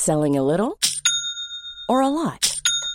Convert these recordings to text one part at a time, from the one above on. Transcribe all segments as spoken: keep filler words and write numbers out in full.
Selling a little or a lot?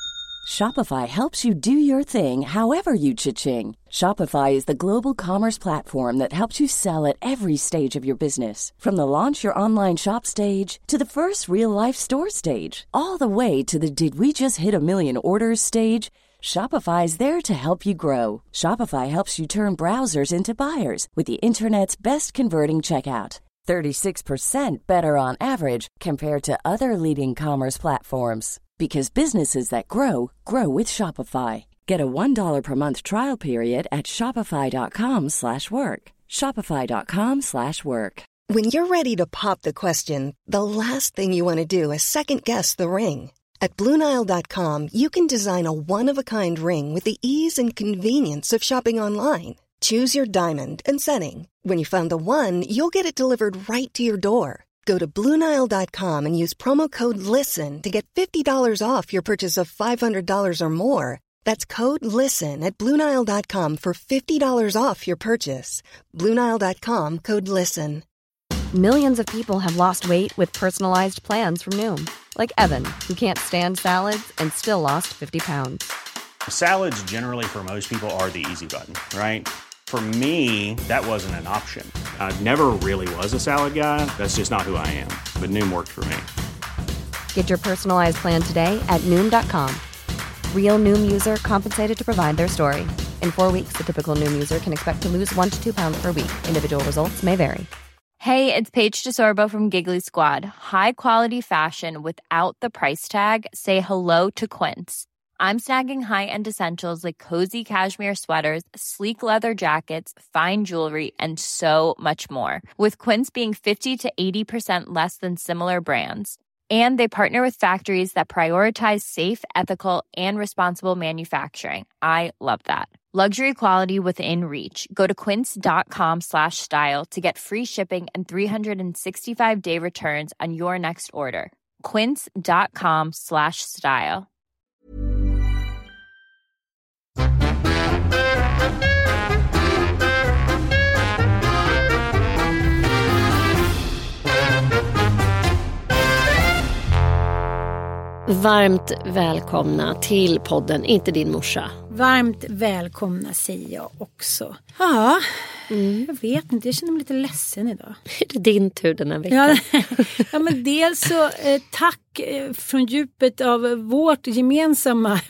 Shopify helps you do your thing however you cha-ching. Shopify is the global commerce platform that helps you sell at every stage of your business. From the launch your online shop stage to the first real-life store stage, all the way to the did we just hit a million orders stage. Shopify is there to help you grow. Shopify helps you turn browsers into buyers with the internet's best converting checkout. thirty-six percent better on average compared to other leading commerce platforms. Because businesses that grow, grow with Shopify. Get a one dollar per month trial period at shopify.com slash work. Shopify.com slash work. When you're ready to pop the question, the last thing you want to do is second-guess the ring. At Blue Nile dot com, you can design a one-of-a-kind ring with the ease and convenience of shopping online. Choose your diamond and setting. When you find the one, you'll get it delivered right to your door. Go to Blue Nile dot com and use promo code LISTEN to get fifty dollars off your purchase of five hundred dollars or more. That's code LISTEN at Blue Nile dot com for fifty dollars off your purchase. Blue Nile dot com, code LISTEN. Millions of people have lost weight with personalized plans from Noom. Like Evan, who can't stand salads and still lost fifty pounds. Salads generally for most people are the easy button, right? For me, that wasn't an option. I never really was a salad guy. That's just not who I am. But Noom worked for me. Get your personalized plan today at Noom dot com. Real Noom user compensated to provide their story. In four weeks, the typical Noom user can expect to lose one to two pounds per week. Individual results may vary. Hey, it's Paige DeSorbo from Giggly Squad. High quality fashion without the price tag. Say hello to Quince. I'm snagging high-end essentials like cozy cashmere sweaters, sleek leather jackets, fine jewelry, and so much more. With Quince being fifty to eighty percent less than similar brands. And they partner with factories that prioritize safe, ethical, and responsible manufacturing. I love that. Luxury quality within reach. Go to quince.com slash style to get free shipping and three sixty-five day returns on your next order. Quince.com slash style. Varmt välkomna till podden Inte din morsa. Varmt välkomna säger jag också. Ja, mm. jag vet inte. Jag känner mig lite ledsen idag. Är det din tur den här veckan? Ja, ja men dels så eh, tack eh, från djupet av vårt gemensamma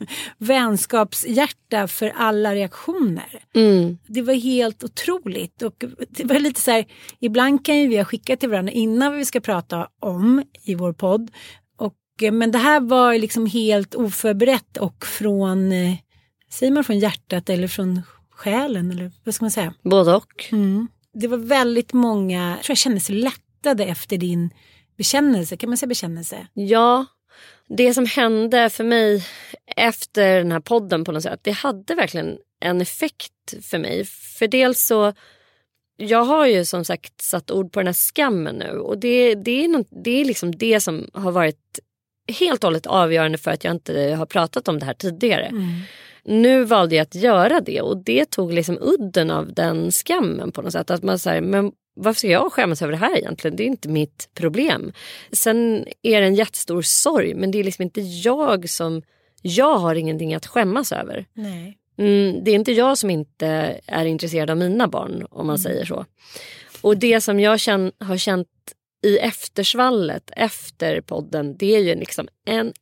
vänskapshjärta för alla reaktioner. Mm. Det var helt otroligt. Och det var lite så här, ibland kan ju vi ha skickat till varandra innan vi ska prata om i vår podd. Men det här var liksom helt oförberett och från, eh, säger man från hjärtat eller från själen eller vad ska man säga? Både och. Mm. Det var väldigt många, jag tror jag kände sig lättade efter din bekännelse, kan man säga bekännelse? Ja, det som hände för mig efter den här podden på något sätt, det hade verkligen en effekt för mig. För dels så, jag har ju som sagt satt ord på den här skammen nu och det, det, är, något, det är liksom det som har varit helt och hållet avgörande för att jag inte har pratat om det här tidigare. Mm. Nu valde jag att göra det och det tog liksom udden av den skammen på något sätt. Att man säger, men varför ska jag skämmas över det här egentligen? Det är inte mitt problem. Sen är det en jättestor sorg, men det är liksom inte jag som, jag har ingenting att skämmas över. Nej. Mm, det är inte jag som inte är intresserad av mina barn, om man mm. säger så. Och det som jag känn, har känt i eftersvallet efter podden, det är ju liksom en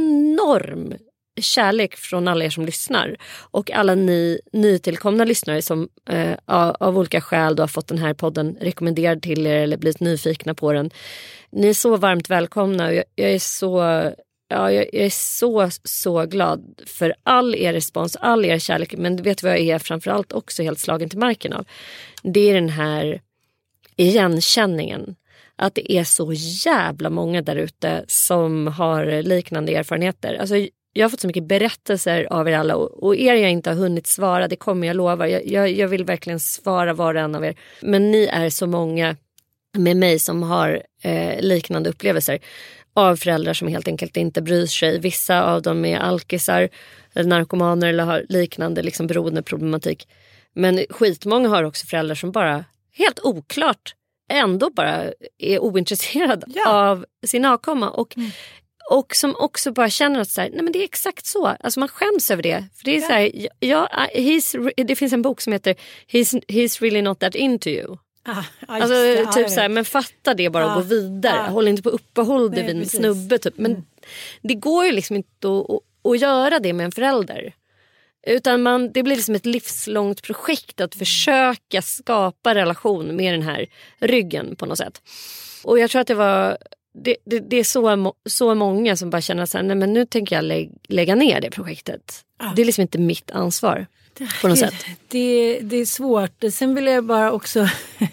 enorm kärlek från alla er som lyssnar. Och alla ni nytillkomna lyssnare som eh, av, av olika skäl då har fått den här podden rekommenderad till er eller blivit nyfikna på den. Ni är så varmt välkomna och jag, jag är så... Ja, jag är så, så glad för all er respons, all er kärlek. Men du vet vad jag är framförallt också helt slagen till marken av. Det är den här igenkänningen. Att det är så jävla många där ute som har liknande erfarenheter. Alltså, jag har fått så mycket berättelser av er alla. Och, och er jag inte har hunnit svara, det kommer jag lova. Jag, jag, jag vill verkligen svara var och en av er. Men ni är så många med mig som har eh, liknande upplevelser. Av föräldrar som helt enkelt inte bryr sig. Vissa av dem är alkisar, eller narkomaner eller har liknande liksom beroendeproblematik. Men skitmånga har också föräldrar som bara helt oklart ändå bara är ointresserad ja. av sin avkomma. Och, mm. och som också bara känner att så här, nej men det är exakt så. Alltså man skäms över det. För det är ja. så här, ja, he's, det finns en bok som heter He's, he's really not that into you. Ah, alltså det, typ ah, så här, men fatta det bara ah, och gå vidare. Ah, Håll inte på uppehåll dig vid en snubbe typ. Men mm. det går ju liksom inte att, att, att göra det med en förälder. Utan man, det blir liksom ett livslångt projekt att försöka skapa relation med den här ryggen på något sätt. Och jag tror att det var det, det, det är så, så många som bara känner så här, nej men nu tänker jag lä- lägga ner det projektet. Ah. Det är liksom inte mitt ansvar. På något sätt. Det, det är svårt. Sen vill jag bara också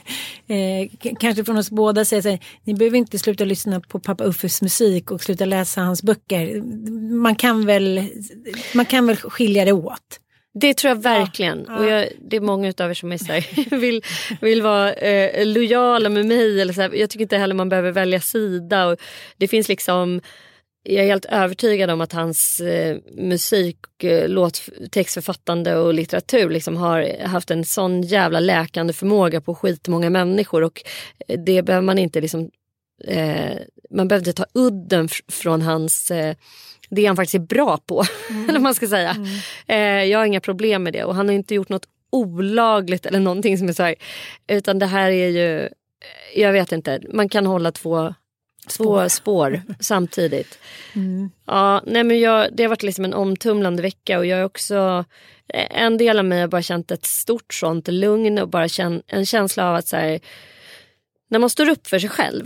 eh, kanske från oss båda säga så här, ni behöver inte sluta lyssna på pappa Uffes musik och sluta läsa hans böcker. Man kan väl, man kan väl skilja det åt. Det tror jag verkligen. Ja, ja. Och jag, det är många av er som är så här, vill, vill vara eh, lojala med mig. Eller så här. Jag tycker inte heller man behöver välja sida. Och det finns liksom... Jag är helt övertygad om att hans eh, musik, eh, låt, textförfattande och litteratur liksom har haft en sån jävla läkande förmåga på skitmånga människor. Och det behöver man inte liksom... Eh, man behöver inte ta udden f- från hans... Eh, det han faktiskt är bra på, mm. eller vad man ska säga. Mm. Eh, jag har inga problem med det. Och han har inte gjort något olagligt eller någonting som är så här. Utan det här är ju... Jag vet inte. Man kan hålla två... Två spår samtidigt. Mm. Ja, nej men jag, det har varit liksom en omtumlande vecka och jag är också, en del av mig har bara känt ett stort sånt lugn och bara känt en känsla av att så här, när man står upp för sig själv,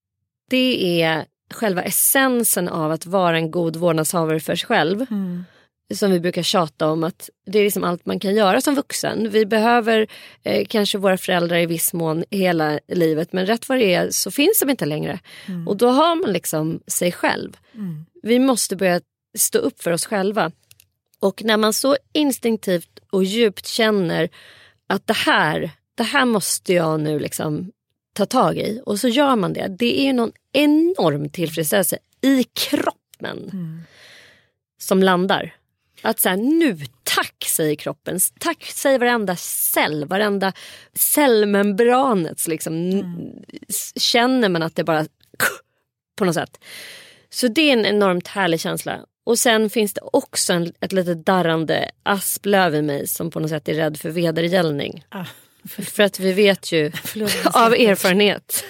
det är själva essensen av att vara en god vårdnadshavare för sig själv. Mm. Som vi brukar tjata om, att det är liksom allt man kan göra som vuxen. Vi behöver eh, kanske våra föräldrar i viss mån hela livet. Men rätt vad det är så finns de inte längre. Mm. Och då har man liksom sig själv. Mm. Vi måste börja stå upp för oss själva. Och när man så instinktivt och djupt känner att det här, det här måste jag nu liksom ta tag i. Och så gör man det. Det är ju någon enorm tillfredsställelse i kroppen mm. som landar. Att säga nu, tack säger kroppen. Tack säger varenda cell, varenda cellmembranets liksom. Mm. Känner man att det bara på något sätt. Så det är en enormt härlig känsla. Och sen finns det också en, ett lite darrande asplöv i mig som på något sätt är rädd för vedergällning. Ah, för... för att vi vet ju av erfarenhet.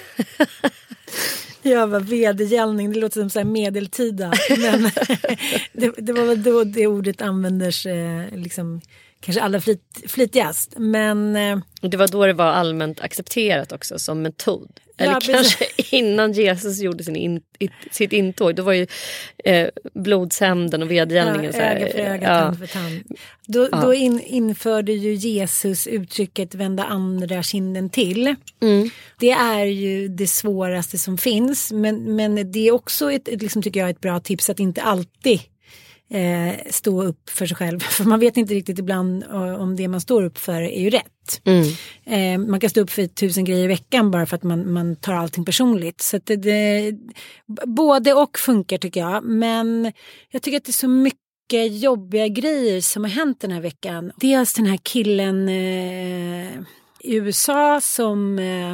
Ja, vad vedergällning, det låter som så här medeltida. Men det, det var väl då det ordet användes eh, liksom, kanske allra flit, flitigast. Men, eh, det var då det var allmänt accepterat också som metod. Eller ja, kanske innan Jesus gjorde sin in, sitt intåg. Då var ju eh, blodshämnden och vedergällningen ja, så här, öga för öga, ja. Tand för tand. Då, ja. då in, införde ju Jesus uttrycket vända andra kinden till. Mm. Det är ju det svåraste som finns. Men, men det är också ett, ett, liksom, tycker jag, ett bra tips att inte alltid eh, stå upp för sig själv. För man vet inte riktigt ibland om det man står upp för är ju rätt. Mm. Eh, man kan stå upp för tusen grejer i veckan bara för att man, man tar allting personligt. Så att det, det, både och funkar tycker jag. Men jag tycker att det är så mycket jobbiga grejer som har hänt den här veckan. Dels den här killen eh, i U S A som... Eh,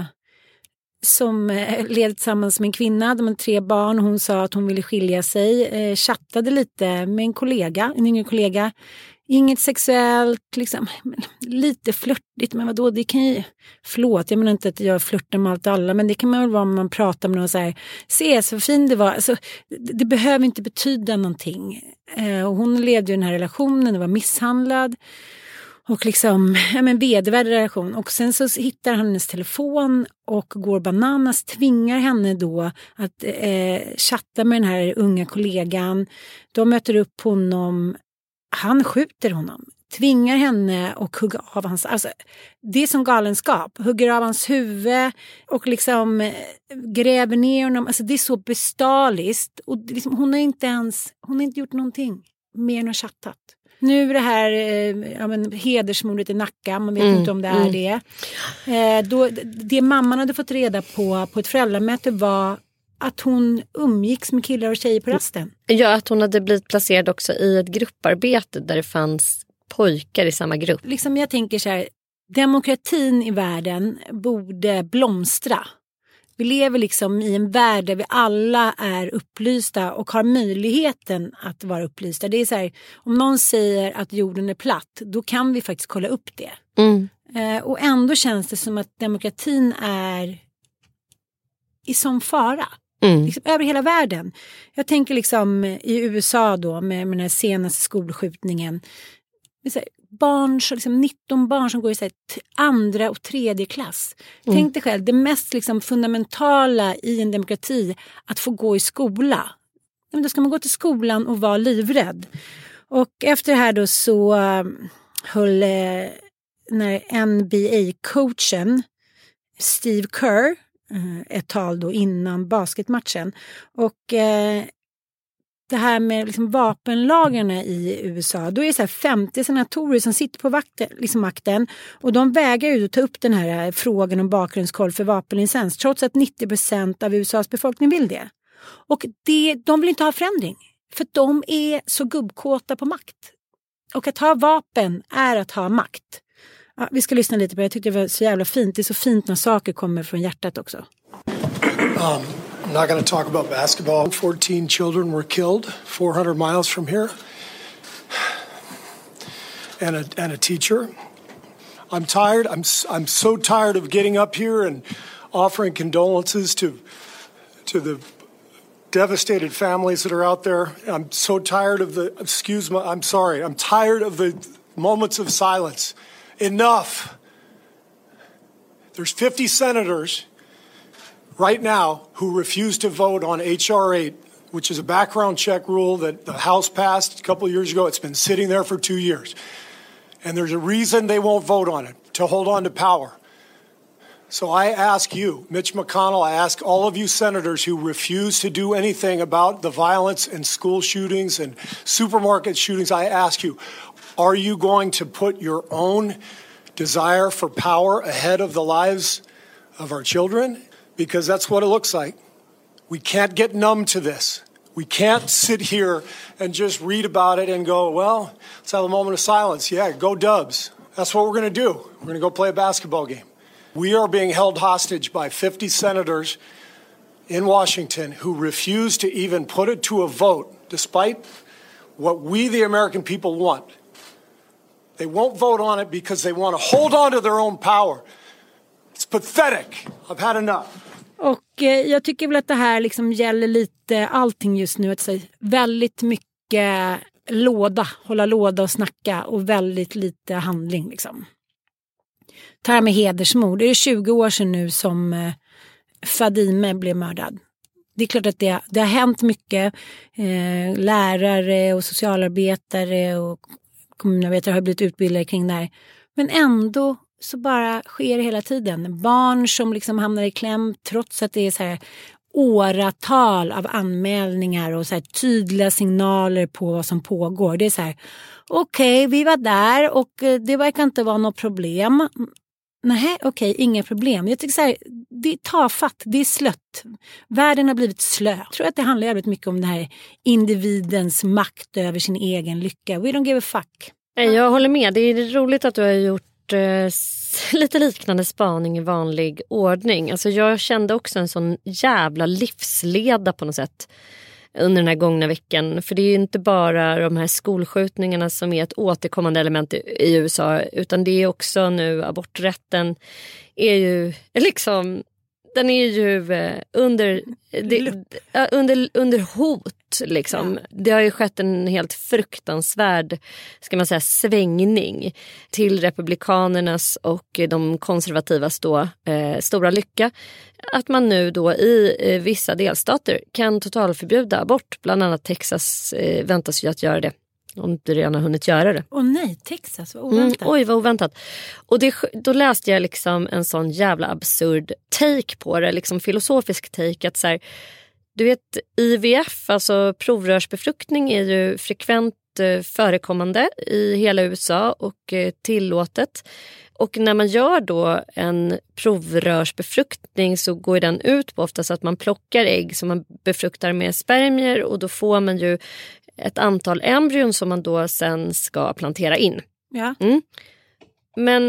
som levde tillsammans med en kvinna, de har tre barn. Hon sa att hon ville skilja sig, eh, chattade lite med en kollega, en yngre kollega. Inget sexuellt, liksom, lite flörtigt, men vadå, det kan ju, förlåt, jag menar inte att jag flörtar med allt och alla, men det kan man väl vara om man pratar med någon så här, se så fin det var, alltså, det, det behöver inte betyda någonting. Eh, och hon levde ju den här relationen, det var misshandlad. Och liksom, ja men vedervärd relation. Och sen så hittar han hennes telefon och går bananas, tvingar henne då att eh, chatta med den här unga kollegan. De möter upp honom, han skjuter honom. Tvingar henne och hugga av hans, alltså det är som galenskap. Hugger av hans huvud och liksom eh, gräver ner honom. Alltså det är så bestaliskt. Och liksom, hon har inte ens, hon har inte gjort någonting mer än att chattat. Nu det här eh, ja, men, hedersmordet i Nacka, man vet mm, inte om det är mm. det. Eh, då, det mamman hade fått reda på på ett föräldramöte var att hon umgicks med killar och tjejer på rasten. Ja, att hon hade blivit placerad också i ett grupparbete där det fanns pojkar i samma grupp. Liksom jag tänker så här, demokratin i världen borde blomstra. Vi lever liksom i en värld där vi alla är upplysta och har möjligheten att vara upplysta. Det är så här, om någon säger att jorden är platt, då kan vi faktiskt kolla upp det. Mm. Eh, och ändå känns det som att demokratin är i sån fara. Mm. Liksom, över hela världen. Jag tänker liksom i U S A då med, med den här senaste skolskjutningen. Så här, barn, liksom nitton barn som går i så här, andra och tredje klass. Mm. Tänk dig själv, det mest liksom, fundamentala i en demokrati att få gå i skola. Men då ska man gå till skolan och vara livrädd. Och efter det här då så um, höll eh, när N B A-coachen Steve Kerr eh, ett tal då innan basketmatchen. Och eh, det här med liksom vapenlagarna i U S A, då är det så här femtio senatorer som sitter på vakten, liksom makten, och de vägrar ju att ta upp den här frågan om bakgrundskoll för vapenlicens trots att nittio procent av U S A:s befolkning vill det. Och det, de vill inte ha förändring för de är så gubbkåta på makt. Och att ha vapen är att ha makt. Ja, vi ska lyssna lite på det. Jag tyckte det var så jävla fint. Det är så fint när saker kommer från hjärtat också. Um. I'm not going to talk about basketball. fourteen children were killed four hundred miles from here. And a, and a teacher. I'm tired. I'm, I'm so tired of getting up here and offering condolences to, to the devastated families that are out there. I'm so tired of the, excuse me, I'm sorry. I'm tired of the moments of silence. Enough. There's fifty senators right now who refuse to vote on H R eight, which is a background check rule that the House passed a couple of years ago. It's been sitting there for two years. And there's a reason they won't vote on it, to hold on to power. So I ask you, Mitch McConnell, I ask all of you senators who refuse to do anything about the violence and school shootings and supermarket shootings, I ask you, are you going to put your own desire for power ahead of the lives of our children? Because that's what it looks like. We can't get numb to this. We can't sit here and just read about it and go, well, let's have a moment of silence. Yeah, go Dubs. That's what we're going to do. We're going to go play a basketball game. We are being held hostage by fifty senators in Washington who refuse to even put it to a vote, despite what we, the American people, want. They won't vote on it because they want to hold on to their own power. It's pathetic. I've had enough. Och eh, jag tycker väl att det här liksom gäller lite allting just nu. Att säga, väldigt mycket låda, hålla låda och snacka och väldigt lite handling liksom. Det här med hedersmord. Det är tjugo år sedan nu som eh, Fadime blev mördad. Det är klart att det, det har hänt mycket. Eh, lärare och socialarbetare och kommunarbetare har blivit utbildade kring det här. Men ändå så bara sker det hela tiden. Barn som liksom hamnar i kläm trots att det är så här åratal av anmälningar och så här tydliga signaler på vad som pågår. Det är så här, okej, okay, vi var där och det verkar inte vara något problem. Nej, okej, okay, inga problem. Jag tycker så här, det är tafatt, det är slött. Världen har blivit slö. Jag tror att det handlar jävligt mycket om den här individens makt över sin egen lycka. We don't give a fuck. Jag håller med. Det är roligt att du har gjort eh, lite liknande spaning i vanlig ordning. Alltså jag kände också en sån jävla livsleda på något sätt under den här gångna veckan. För det är ju inte bara de här skolskjutningarna som är ett återkommande element i, i U S A. Utan det är också nu aborträtten är ju liksom, den är ju eh, under, det, äh, under, under hot liksom. Ja. Det har ju skett en helt fruktansvärd, ska man säga, svängning till republikanernas och de konservativas då eh, stora lycka. Att man nu då i eh, vissa delstater kan totalförbjuda abort. Bland annat Texas eh, väntas ju att göra det. Om du redan har hunnit göra det. Åh nej, Texas, vad oväntat. Mm, oj, vad oväntat. Och det, då läste jag liksom en sån jävla absurd take på det. Liksom filosofisk take att så här, du vet, I V F, alltså provrörsbefruktning är ju frekvent eh, förekommande i hela U S A och eh, tillåtet. Och när man gör då en provrörsbefruktning så går den ut på oftast att man plockar ägg som man befruktar med spermier och då får man ju ett antal embryon som man då sen ska plantera in. Ja. Mm. Men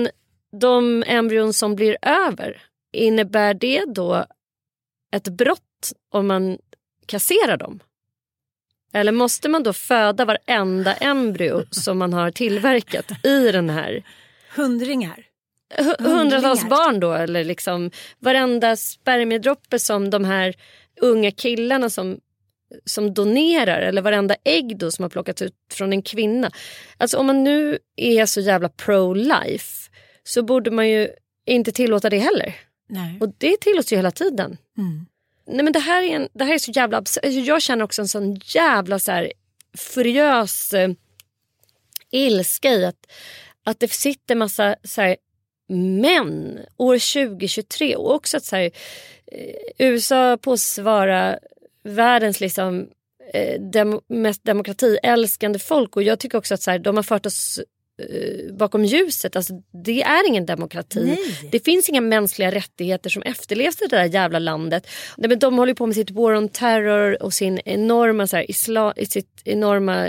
de embryon som blir över, innebär det då ett brott om man kasserar dem? Eller måste man då föda varenda embryo som man har tillverkat i den här? Hundringar. H- hundratals barn då, eller liksom varenda spermiedroppe som de här unga killarna som, som donerar, eller varenda ägg då som har plockats ut från en kvinna. Alltså om man nu är så jävla pro-life så borde man ju inte tillåta det heller. Nej. Och det tillåts ju hela tiden. Mm. Nej, men det här är, en, det här är så jävla abs- jag känner också en sån jävla så här furiös eh, ilska i att, att det sitter massa så här män år tjugo tjugotre och också att så här, eh, U S A påstås vara världens liksom eh, dem- mest demokratiälskande folk, och jag tycker också att så här, de har fört oss bakom ljuset. Alltså, det är ingen demokrati. Nej. Det finns inga mänskliga rättigheter som efterlevs i det där jävla landet. Men de håller på med sitt war on terror och sin enorma så här, isla, sitt enorma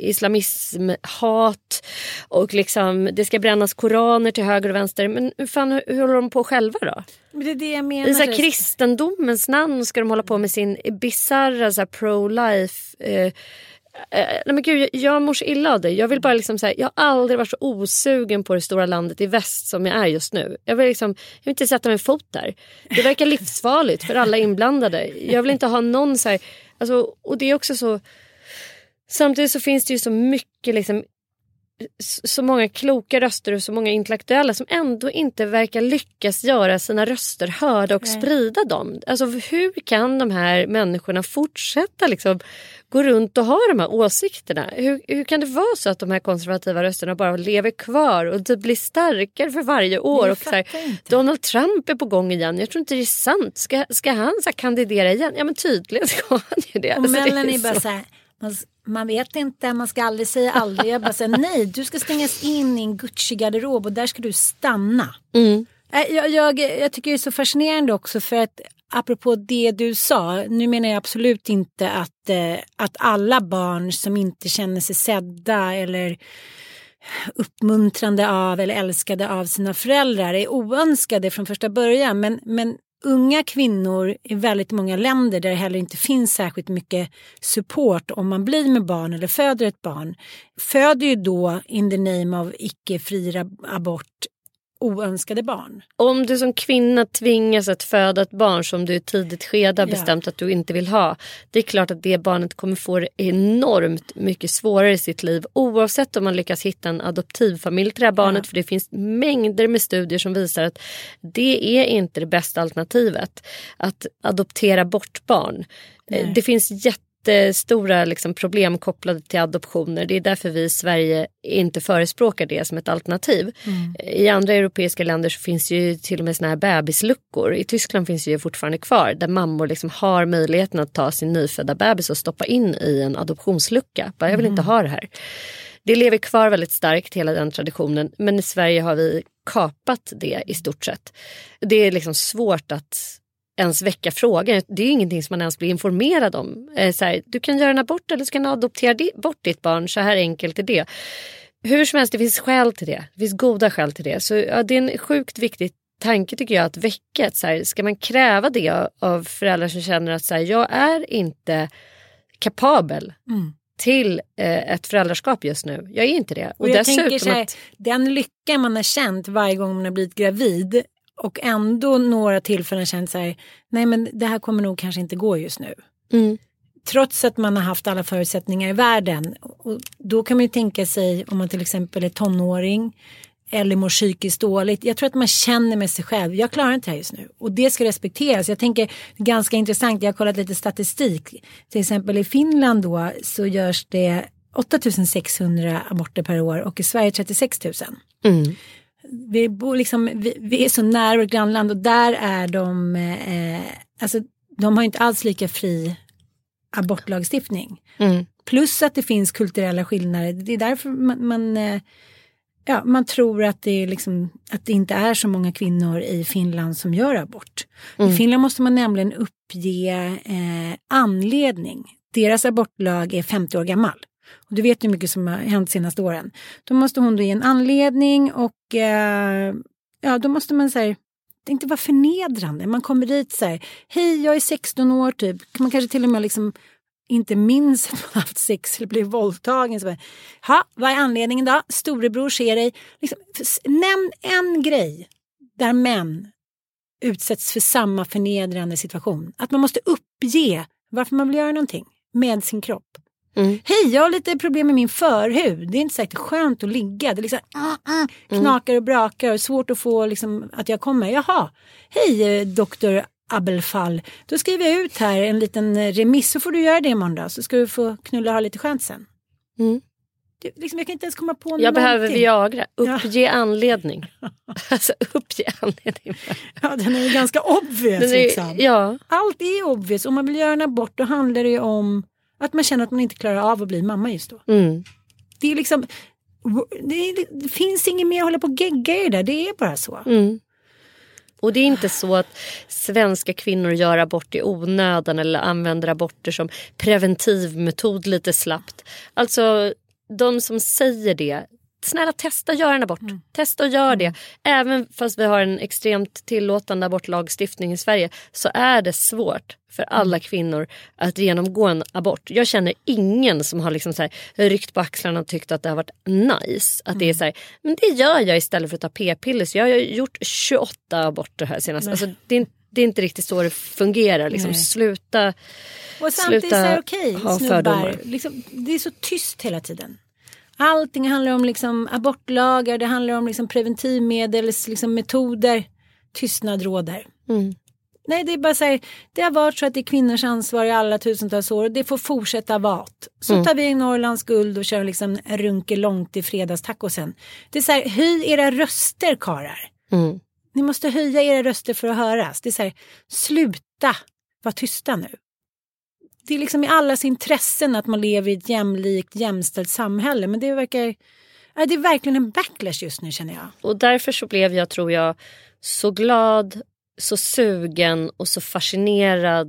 islamismhat, och liksom det ska brännas koraner till höger och vänster. Men hur fan hur, hur håller de på själva då? Men det är det jag menar. I så här, kristendomens namn ska de hålla på med sin bizarra så här, pro-life eh, Nej men gud, jag mår så illa av det. Jag vill bara liksom säga, jag har aldrig varit så osugen på det stora landet i väst som jag är just nu. Jag vill liksom, jag vill inte sätta min fot där. Det verkar livsfarligt för alla inblandade. Jag vill inte ha någon så här, alltså, och det är också så, samtidigt så finns det ju så mycket liksom, så många kloka röster och så många intellektuella som ändå inte verkar lyckas göra sina röster hörda och Nej. sprida dem. Alltså hur kan de här människorna fortsätta liksom gå runt och ha de här åsikterna? Hur, hur kan det vara så att de här konservativa rösterna bara lever kvar och det blir starkare för varje år? Och så här, Donald Trump är på gång igen. Jag tror inte det är sant. Ska, ska han så här, kandidera igen? Ja men tydligen ska han ju det. Och alltså, Mellan det är bara så. så här, man, man vet inte, man ska aldrig säga aldrig. Jag bara säger nej, du ska stängas in i en Gucci-garderob och där ska du stanna. Mm. Jag, jag, jag tycker det är så fascinerande också, för att apropå det du sa, nu menar jag absolut inte att, eh, att alla barn som inte känner sig sedda eller uppmuntrande av eller älskade av sina föräldrar är oönskade från första början, men, men unga kvinnor i väldigt många länder där det heller inte finns särskilt mycket support om man blir med barn eller föder ett barn, föder ju då in the name of icke-fri abort oönskade barn. Om du som kvinna tvingas att föda ett barn som du i tidigt skede har bestämt ja. att du inte vill ha, det är klart att det barnet kommer få det enormt mycket svårare i sitt liv, oavsett om man lyckas hitta en adoptivfamilj till det här barnet, ja. för det finns mängder med studier som visar att det är inte det bästa alternativet att adoptera bort barn. Nej. Det finns jätte stora liksom problem kopplade till adoptioner. Det är därför vi i Sverige inte förespråkar det som ett alternativ. Mm. I andra europeiska länder så finns ju till och med såna här bebisluckor. I Tyskland finns ju fortfarande kvar där mammor liksom har möjligheten att ta sin nyfödda bebis och stoppa in i en adoptionslucka. Bara, jag vill inte ha det här. Det lever kvar väldigt starkt, hela den traditionen. Men i Sverige har vi kapat det i stort sett. Det är liksom svårt att ens väcka frågan. Det är ju ingenting som man ens blir informerad om. Eh, så här, du kan göra en abort eller du kan adoptera di- bort ditt barn. Så här enkelt är det. Hur som helst, det finns skäl till det. Det finns goda skäl till det. Så ja, det är en sjukt viktig tanke tycker jag att väcka. Så här, ska man kräva det av föräldrar som känner att så här, jag är inte kapabel mm. till eh, ett föräldraskap just nu. Jag är inte det. Och, och jag dessutom tänker så här, att den lycka man har känt varje gång man har blivit gravid och ändå några tillfällen känt så här, nej men det här kommer nog kanske inte gå just nu. Mm. Trots att man har haft alla förutsättningar i världen. Och då kan man ju tänka sig om man till exempel är tonåring eller mår psykiskt dåligt. Jag tror att man känner med sig själv, jag klarar inte det här just nu. Och det ska respekteras. Jag tänker, ganska intressant, jag har kollat lite statistik. Till exempel i Finland då så görs det åtta tusen sexhundra aborter per år och i Sverige trettiosex tusen. Mm. Vi, bor liksom, vi, vi är så nära vårt grannland och där är de, eh, alltså de har inte alls lika fri abortlagstiftning. Mm. Plus att det finns kulturella skillnader. Det är därför man, man, eh, ja, man tror att det, är liksom, att det inte är så många kvinnor i Finland som gör abort. Mm. I Finland måste man nämligen uppge eh, anledning. Deras abortlag är femtio år gammal. Och du vet hur mycket som har hänt de senaste åren. Då måste hon då ge en anledning och eh, ja, då måste man säga, det inte vara förnedrande. Man kommer dit så här, hej jag är sexton år typ. Man kanske till och med liksom inte minns att man haft sex eller blivit våldtagen. Så bara, ha, vad är anledningen då? Storebror ser dig. Liksom, nämn en grej där män utsätts för samma förnedrande situation. Att man måste uppge varför man vill göra någonting med sin kropp. Mm. Hej, jag har lite problem med min förhud. Det är inte säkert skönt att ligga. Det är liksom uh, uh, knakar och brakar och svårt att få liksom, att jag kommer. Jaha, hej doktor Abelfall. Då skriver jag ut här en liten remiss så får du göra det imorgon då. Så ska du få knulla och ha lite skönt sen. Mm. Det, liksom, jag kan inte ens komma på någonting. Jag behöver Viagra. Uppge ja. anledning. Alltså uppge anledning. Ja, den är ju ganska obvious. Är, liksom. Ja. Allt är obvious. Om man vill göra en abort då handlar det ju om att man känner att man inte klarar av att bli mamma just då. Mm. Det är liksom det, är, det finns inget mer att hålla på och gegga i det där. Det är bara så. Mm. Och det är inte så att svenska kvinnor gör abort i onödan eller använder aborter som preventivmetod lite slappt. Alltså de som säger det, snälla testa gör en abort. Mm. Testa och gör det. Även fast vi har en extremt tillåtande abortlagstiftning i Sverige så är det svårt för alla kvinnor att genomgå en abort. Jag känner ingen som har liksom så här ryckt på axlarna och tyckt att det har varit nice. Att mm. det är så här, men det gör jag istället för att ta p-piller. Så jag har gjort tjugoåtta aborter här senast. Alltså, det, är, det är inte riktigt så det fungerar. Liksom. Sluta Och samtidigt sluta är det okej, ha snubbar. Liksom, det är så tyst hela tiden. Allting handlar om liksom abortlagar, det handlar om liksom preventivmedel, liksom metoder. Tystnad råder. Mm. Nej, det är bara så här, det har varit så att det är kvinnors ansvar i alla tusentals år och det får fortsätta vara. Så mm. tar vi Norrlands guld och kör liksom runke långt i fredagstacosen. Det är så här, höj era röster, karar. Mm. Ni måste höja era röster för att höras. Det är så här, sluta vara tysta nu. Det är liksom i allas intressen att man lever i ett jämlikt, jämställt samhälle. Men det verkar, det är verkligen en backlash just nu, känner jag. Och därför så blev jag, tror jag, så glad, så sugen och så fascinerad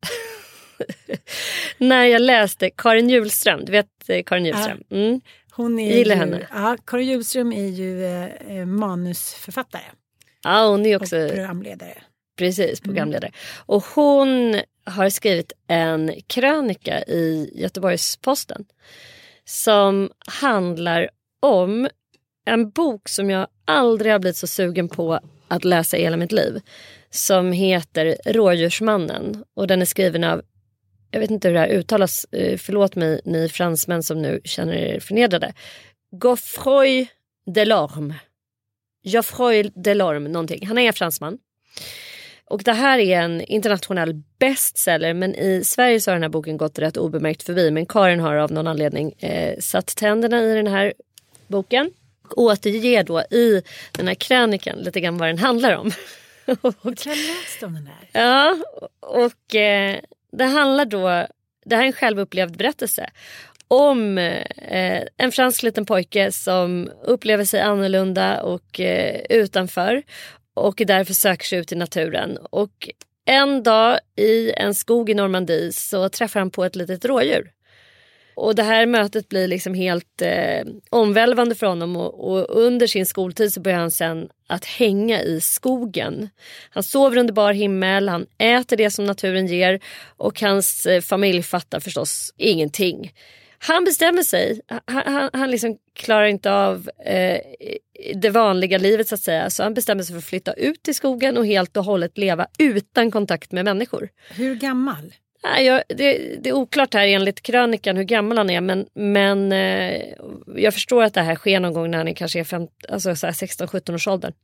när jag läste Karin Hjulström. Du vet Karin Hjulström? Mm. Hon är gillar ju, henne. Ja, Karin Hjulström är ju eh, manusförfattare. Ja, hon är också och programledare. Precis, programledare. Mm. Och hon har skrivit en krönika i Göteborgs-Posten som handlar om en bok som jag aldrig har blivit så sugen på att läsa i hela mitt liv, som heter Rådjursmannen, och den är skriven av, jag vet inte hur det här uttalas, förlåt mig ni fransmän som nu känner er förnedrade, Geoffroy Delorme Geoffroy Delorme någonting, han är en fransman. Och det här är en internationell bestseller, men i Sverige så har den här boken gått rätt obemärkt förbi. Men Karin har av någon anledning eh, satt tänderna i den här boken. Och återger då i den här krönikan lite grann vad den handlar om. och, jag har läst om den där. Ja, och eh, det handlar då, det här är en självupplevd berättelse om eh, en fransk liten pojke som upplever sig annorlunda och eh, utanför. Och därför söker sig ut i naturen. Och en dag i en skog i Normandie så träffar han på ett litet rådjur. Och det här mötet blir liksom helt eh, omvälvande för honom. Och, och under sin skoltid så börjar han sen att hänga i skogen. Han sover under bar himmel, han äter det som naturen ger. Och hans eh, familj fattar förstås ingenting. Han bestämmer sig, han, han, han liksom klarar inte av eh, det vanliga livet så att säga. Så han bestämmer sig för att flytta ut i skogen och helt och hållet leva utan kontakt med människor. Hur gammal? Ja, jag, det, det är oklart här enligt krönikan hur gammal han är. Men, men eh, jag förstår att det här sker någon gång när han är kanske är fem, alltså så här sexton sjutton års åldern.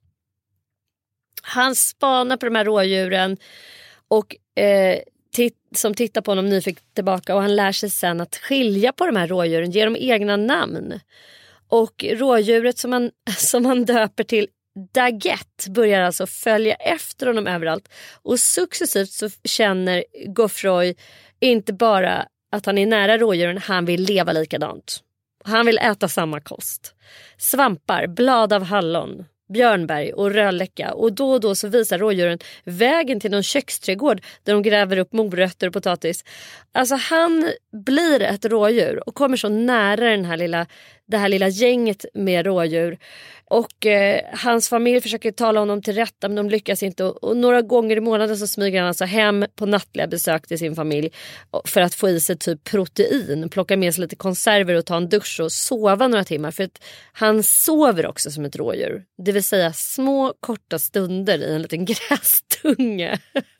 Han spanar på de här rådjuren och... Eh, Titt, som tittar på honom nyfiket tillbaka, och han lär sig sen att skilja på de här rådjuren, ge dem egna namn. Och rådjuret som han, som han döper till Daguette börjar alltså följa efter honom överallt. Och successivt så känner Geoffroy inte bara att han är nära rådjuren, han vill leva likadant. Han vill äta samma kost. Svampar, blad av hallon, björnberg och rödläcka, och då och då så visar rådjuren vägen till någon köksträdgård där de gräver upp morötter och potatis. Alltså han blir ett rådjur och kommer så nära den här lilla det här lilla gänget med rådjur. Och eh, hans familj försöker tala honom till rätta, men de lyckas inte. Och, och några gånger i månaden så smyger han alltså hem på nattliga besök till sin familj för att få i sig typ protein, plocka med sig lite konserver och ta en dusch och sova några timmar. För att han sover också som ett rådjur. Det vill säga små korta stunder i en liten grästunge.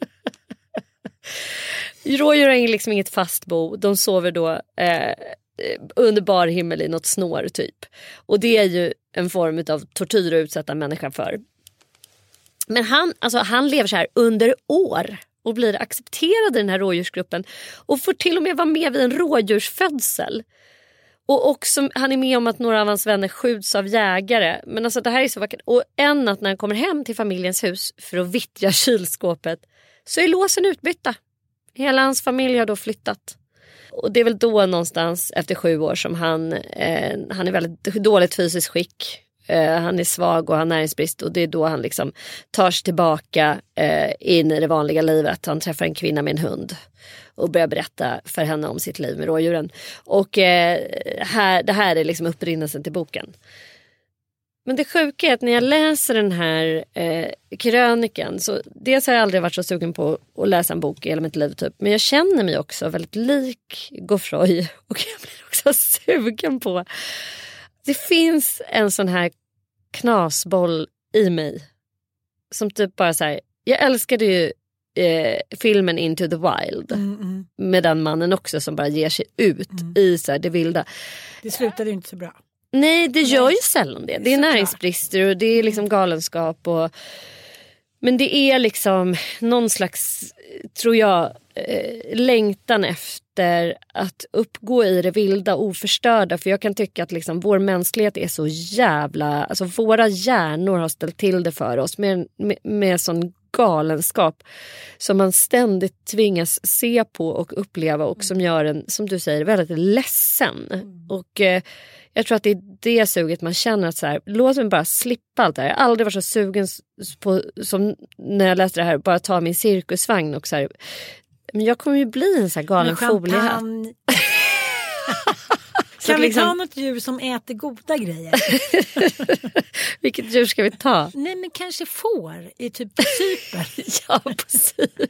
Rådjur har liksom inget fast bo. De sover då eh, under bar himmel i något snår typ. Och det är ju en form av tortyr att utsätta människan för. Men han, alltså, han lever så här under år och blir accepterad i den här rådjursgruppen. Och får till och med vara med vid en rådjursfödsel. Och också, han är med om att några av hans vänner skjuts av jägare. Men alltså det här är så vackert. Och en natt när han kommer hem till familjens hus för att vittja kylskåpet, så är låsen utbytta. Hela hans familj har då flyttat. Och det är väl då någonstans efter sju år som han, eh, han är väldigt dåligt fysiskt skick. Eh, han är svag och har näringsbrist. Och det är då han liksom tar sig tillbaka eh, in i det vanliga livet. Han träffar en kvinna med en hund och börjar berätta för henne om sitt liv med rådjuren. Och eh, här, det här är liksom upprinnelsen till boken. Men det sjuka är att när jag läser den här eh, krönikan, så dels har jag aldrig varit så sugen på att läsa en bok i hela mitt liv typ. Men jag känner mig också väldigt lik Geoffroy och jag blir också sugen på. Det finns en sån här knasboll i mig som typ bara så här, jag älskade ju eh, filmen Into the Wild mm, mm. med den mannen också som bara ger sig ut mm. i så här, det vilda. Det slutade ju inte så bra. Nej, det gör ju sällan det. Det är näringsbrister och det är liksom galenskap. Och... Men det är liksom någon slags, tror jag, eh, längtan efter att uppgå i det vilda oförstörda. För jag kan tycka att liksom vår mänsklighet är så jävla... Alltså våra hjärnor har ställt till det för oss med, med, med sån galenskap som man ständigt tvingas se på och uppleva och som gör en, som du säger, väldigt ledsen. Mm. Och... Eh, jag tror att det är det suget man känner att så här, låt mig bara slippa allt det här. Jag har aldrig varit så sugen på, som när jag läste det här, bara ta min cirkusvagn och så här, men jag kommer ju bli en så här galen foliehatt. Kan vi liksom... ta något djur som äter goda grejer? Vilket djur ska vi ta? Nej, men kanske får i typ Cypern. Ja, på Cypern.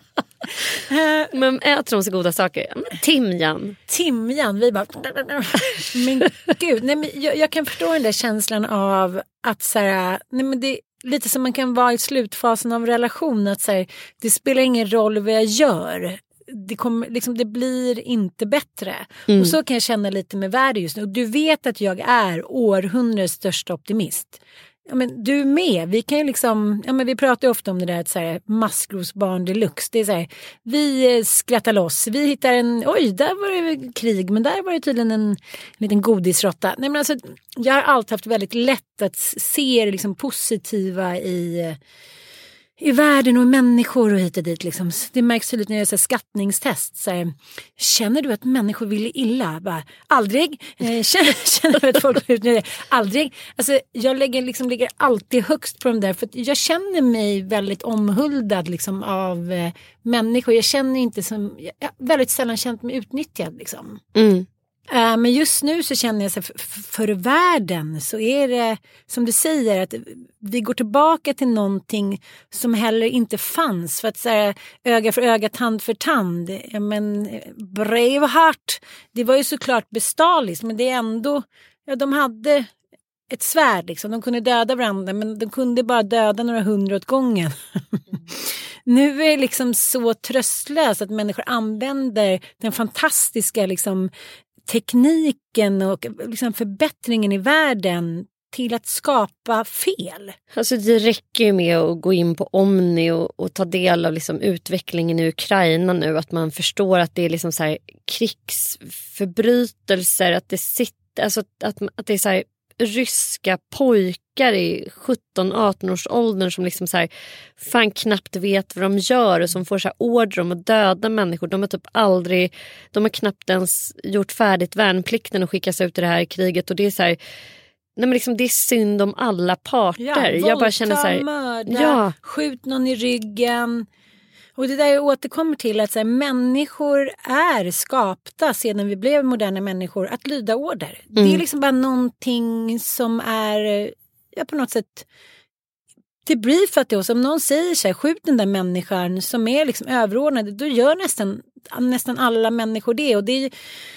Men äter de så goda saker? Timjan. Timjan, vi bara... Men gud, nej, men jag, jag kan förstå den där känslan av att så här, nej, men det är lite som man kan vara i slutfasen av relation. Att så här, det spelar ingen roll vad jag gör. Det, kommer, liksom, det blir inte bättre. Mm. Och så kan jag känna lite med världen just nu. Och du vet att jag är århundradets största optimist. Ja, men du med, vi kan ju liksom, ja men vi pratar ju ofta om det där att så här, maskrosbarn deluxe, det är så här, vi skrattar loss, vi hittar en, oj där var det krig, men där var det tydligen en, en liten godisrotta. Nej men alltså, jag har alltid haft väldigt lätt att se det liksom positiva i i världen och människor och hit och dit liksom. Det märks tydligt när jag gör så här skattningstest. Så här, känner du att människor vill illa? Bara, aldrig. Eh, känner, känner du att folk vill illa? Aldrig. Alltså, jag lägger, liksom, lägger alltid högst på dem där. För att jag känner mig väldigt omhuldad liksom, av eh, människor. Jag känner inte som... Jag har väldigt sällan känt mig utnyttjad liksom. Mm. Uh, men just nu så känner jag så för, för världen så är det som du säger att vi går tillbaka till någonting som heller inte fanns för att säga öga för öga, tand för tand. Ja, men Braveheart, det var ju såklart bestialiskt men det är ändå, ja de hade ett svärd liksom, de kunde döda varandra men de kunde bara döda några hundra åt gången. Nu är det liksom så tröstlöst att människor använder den fantastiska liksom tekniken och liksom förbättringen i världen till att skapa fel. Alltså det räcker ju med att gå in på Omni och, och ta del av liksom utvecklingen i Ukraina nu. Att man förstår att det är liksom så här krigsförbrytelser. Att det sitter, alltså att, att det är så här ryska pojkar i sjutton arton års åldern som liksom så här fan knappt vet vad de gör och som får så här order om att döda människor. De har typ aldrig, de har knappt ens gjort färdigt värnplikten och skickas ut i det här kriget och det är så här, nej men liksom det är synd om alla parter. Ja, jag bara känner så här, mörda, ja, skjut någon i ryggen. Och det där återkommer till att så här, människor är skapta sedan vi blev moderna människor att lyda order. Mm. Det är liksom bara någonting som är ja, på något sätt det blir för att det, om någon säger så här, skjut den där människan som är liksom överordnad, då gör nästan, nästan alla människor det. Och det är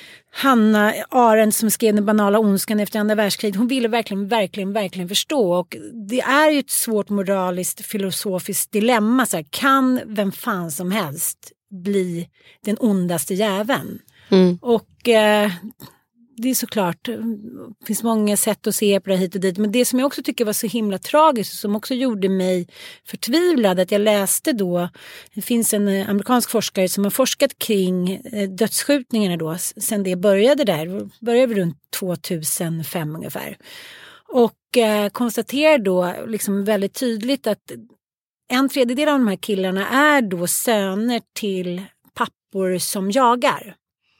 Hanna Arendt som skrev Den banala ondskan efter andra världskriget. Hon ville verkligen, verkligen, verkligen förstå. Och det är ju ett svårt moraliskt, filosofiskt dilemma. Så här, kan vem fan som helst bli den ondaste jäveln? Mm. Och eh, det är såklart, det finns många sätt att se på det hit och dit. Men det som jag också tycker var så himla tragiskt, som också gjorde mig förtvivlad, att jag läste då, det finns en amerikansk forskare som har forskat kring dödsskjutningarna då, sen det började där, började runt tvåtusenfem ungefär. Och eh, konstaterar då liksom väldigt tydligt att en tredjedel av de här killarna är då söner till pappor som jagar.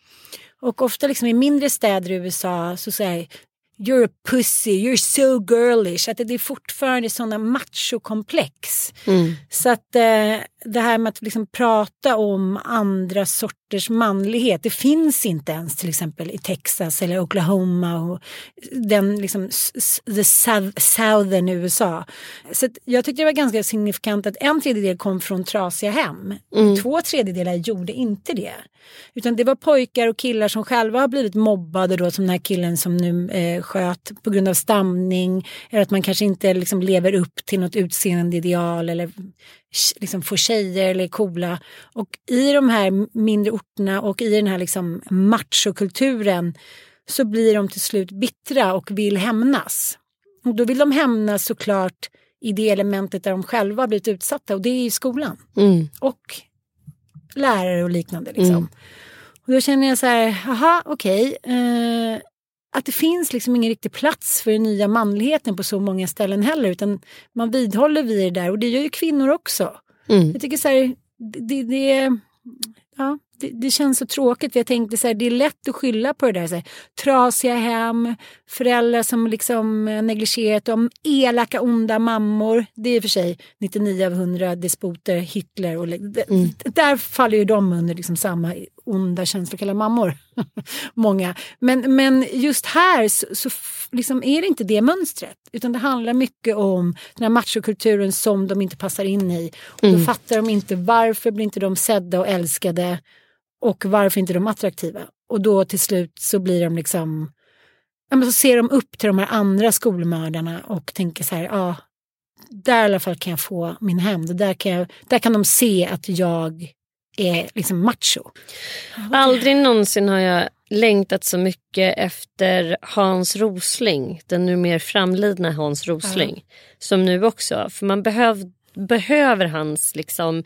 Och ofta liksom i mindre städer i U S A så säger you're a pussy, you're so girlish. Att det är fortfarande sådana machokomplex. Mm. Så att eh, det här med att liksom prata om andra sorters manlighet, det finns inte ens till exempel i Texas eller Oklahoma och den liksom the southern U S A. Så att jag tyckte det var ganska signifikant att en tredjedel kom från trasiga hem. Mm. Två tredjedelar gjorde inte det. Utan det var pojkar och killar som själva har blivit mobbade då, som den här killen som nu eh, sköt på grund av stamning, eller att man kanske inte liksom lever upp till något utseende ideal eller liksom får tjejer eller är coola. Och i de här mindre orterna och i den här liksom machokulturen så blir de till slut bittra och vill hämnas. Och då vill de hämnas såklart i det elementet där de själva har blivit utsatta, och det är i skolan. Mm. Och lärare och liknande liksom. Mm. Och då känner jag så här, aha, okej. Okay, eh, att det finns liksom ingen riktig plats för den nya manligheten på så många ställen heller, utan man vidhåller vid det där, och det gör ju kvinnor också. Mm. Jag tycker så här, det, det, ja, det, det känns så tråkigt, för jag tänkte så här, det är lätt att skylla på det där, så här, trasiga hem, föräldrar som liksom negligerat dem, elaka onda mammor, det är för sig nittionio av hundra despoter, Hitler och mm. där faller ju de under liksom samma onda känslokalla mammor. Många. Men, men just här så, så liksom är det inte det mönstret, utan det handlar mycket om den här machokulturen som de inte passar in i. Och mm. då fattar de inte varför blir inte de sedda och älskade, och varför inte de attraktiva. Och då till slut så blir de liksom, ja, men så ser de upp till de här andra skolmördarna och tänker så här, ja, där i alla fall kan jag få min hämnd. Där kan jag, där kan de se att jag är liksom macho. Aldrig någonsin har jag längtat så mycket efter Hans Rosling, den nu mer framlidna Hans Rosling, ja. Som nu också, för man behöv, behöver hans liksom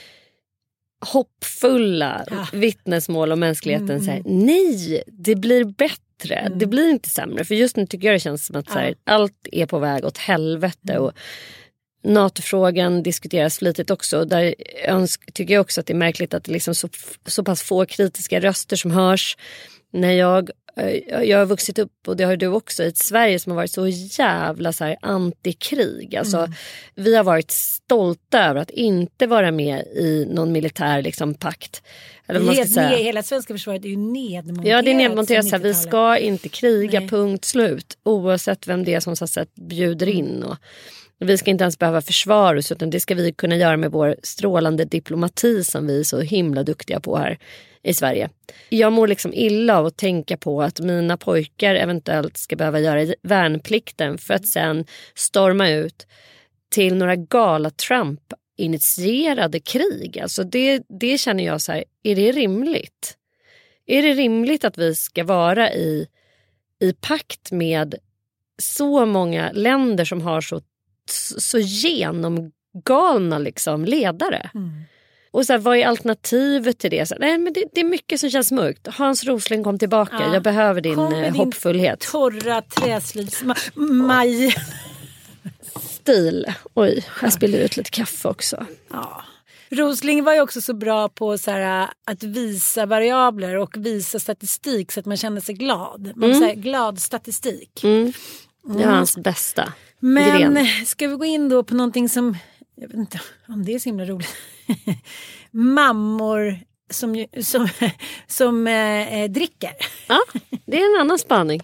hoppfulla ja. vittnesmål om mänskligheten. Mm. Så här, nej, det blir bättre, mm. det blir inte sämre, för just nu tycker jag det känns som att så här, ja. allt är på väg åt helvete. Mm. Och NATO-frågan diskuteras flitigt också. Där önsk, tycker jag också att det är märkligt att det är liksom så, så pass få kritiska röster som hörs. När jag, jag har vuxit upp, och det har du också, i ett Sverige som har varit så jävla så här antikrig. Alltså, mm. vi har varit stolta över att inte vara med i någon militär liksom, pakt. Eller man ska säga. Hela svenska försvaret är ju nedmonterat. Ja, det är nedmonterat. Så vi ska inte kriga, Nej. punkt slut. Oavsett vem det är som så sätt bjuder in. Och vi ska inte ens behöva försvara oss, utan det ska vi kunna göra med vår strålande diplomati som vi är så himla duktiga på här i Sverige. Jag mår liksom illa av att tänka på att mina pojkar eventuellt ska behöva göra värnplikten för att sen storma ut till några gala Trump-initierade krig. Alltså det, det känner jag så här, är det rimligt? Är det rimligt att vi ska vara i, i pakt med så många länder som har så så genomgalna liksom ledare. Mm. Och så här, vad är alternativet till det? Så, nej, men det, det är mycket som känns mörkt. Hans Rosling kom tillbaka. Ja. Jag behöver din eh, hoppfullhet. Din torra träslits maj. Stil. Oj, jag spiller ut lite kaffe också. Ja. Rosling var ju också så bra på så här, att visa variabler och visa statistik så att man känner sig glad. Man mm. säger glad statistik. Mm. Det var hans bästa. Men gren. Ska vi gå in då på någonting som, jag vet inte om det är så himla roligt. mammor som, som, som eh, dricker. Ja, det är en annan spaning.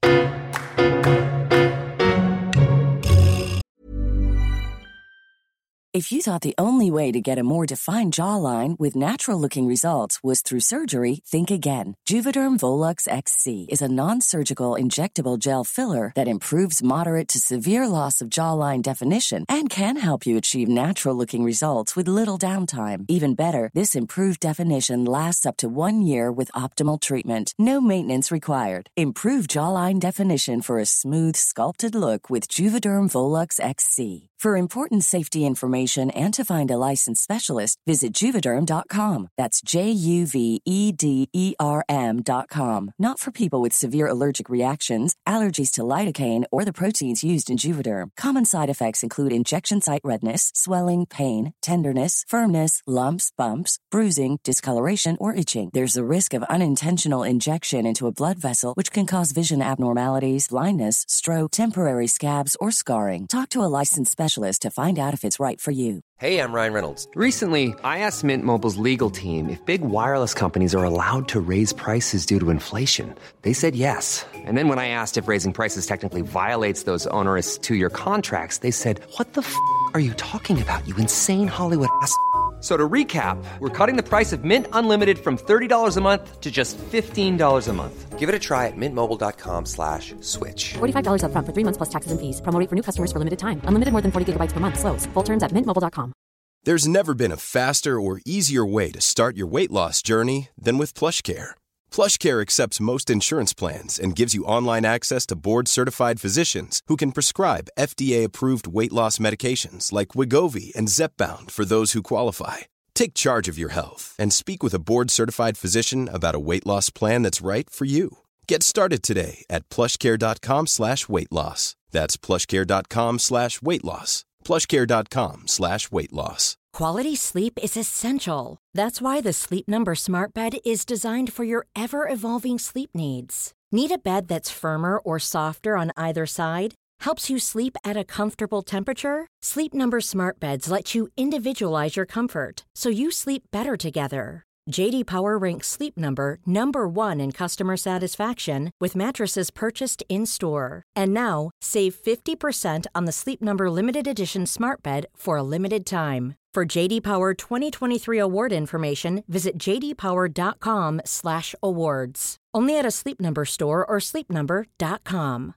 If you thought the only way to get a more defined jawline with natural-looking results was through surgery, think again. Juvederm Volux X C is a non-surgical injectable gel filler that improves moderate to severe loss of jawline definition and can help you achieve natural-looking results with little downtime. Even better, this improved definition lasts up to one year with optimal treatment. No maintenance required. Improve jawline definition for a smooth, sculpted look with Juvederm Volux X C. For important safety information and to find a licensed specialist, visit Juvederm dot com. That's J U V E D E R M dot com. Not for people with severe allergic reactions, allergies to lidocaine, or the proteins used in Juvederm. Common side effects include injection site redness, swelling, pain, tenderness, firmness, lumps, bumps, bruising, discoloration, or itching. There's a risk of unintentional injection into a blood vessel, which can cause vision abnormalities, blindness, stroke, temporary scabs, or scarring. Talk to a licensed specialist to find out if it's right for you. Hey, I'm Ryan Reynolds. Recently, I asked Mint Mobile's legal team if big wireless companies are allowed to raise prices due to inflation. They said yes. And then when I asked if raising prices technically violates those onerous two-year contracts, they said, what the f*** are you talking about, you insane Hollywood ass f- So to recap, we're cutting the price of Mint Unlimited from thirty dollars a month to just fifteen dollars a month. Give it a try at mintmobile.com slash switch. forty-five dollars up front for three months plus taxes and fees. Promo rate for new customers for limited time. Unlimited more than forty gigabytes per month. Slows full terms at mint mobile dot com. There's never been a faster or easier way to start your weight loss journey than with PlushCare. PlushCare accepts most insurance plans and gives you online access to board-certified physicians who can prescribe F D A-approved weight loss medications like Wegovy and Zepbound for those who qualify. Take charge of your health and speak with a board-certified physician about a weight loss plan that's right for you. Get started today at plushcare.com slash weight loss. That's plushcare.com slash weight loss. plushcare.com slash weight loss. Quality sleep is essential. That's why the Sleep Number Smart Bed is designed for your ever-evolving sleep needs. Need a bed that's firmer or softer on either side? Helps you sleep at a comfortable temperature? Sleep Number Smart Beds let you individualize your comfort so you sleep better together. J D Power ranks Sleep Number number one in customer satisfaction with mattresses purchased in-store. And now, save fifty percent on the Sleep Number Limited Edition Smart Bed for a limited time. For J D Power twenty twenty-three award information, visit jdpower.com slash awards. Only at a Sleep Number store or sleep number dot com.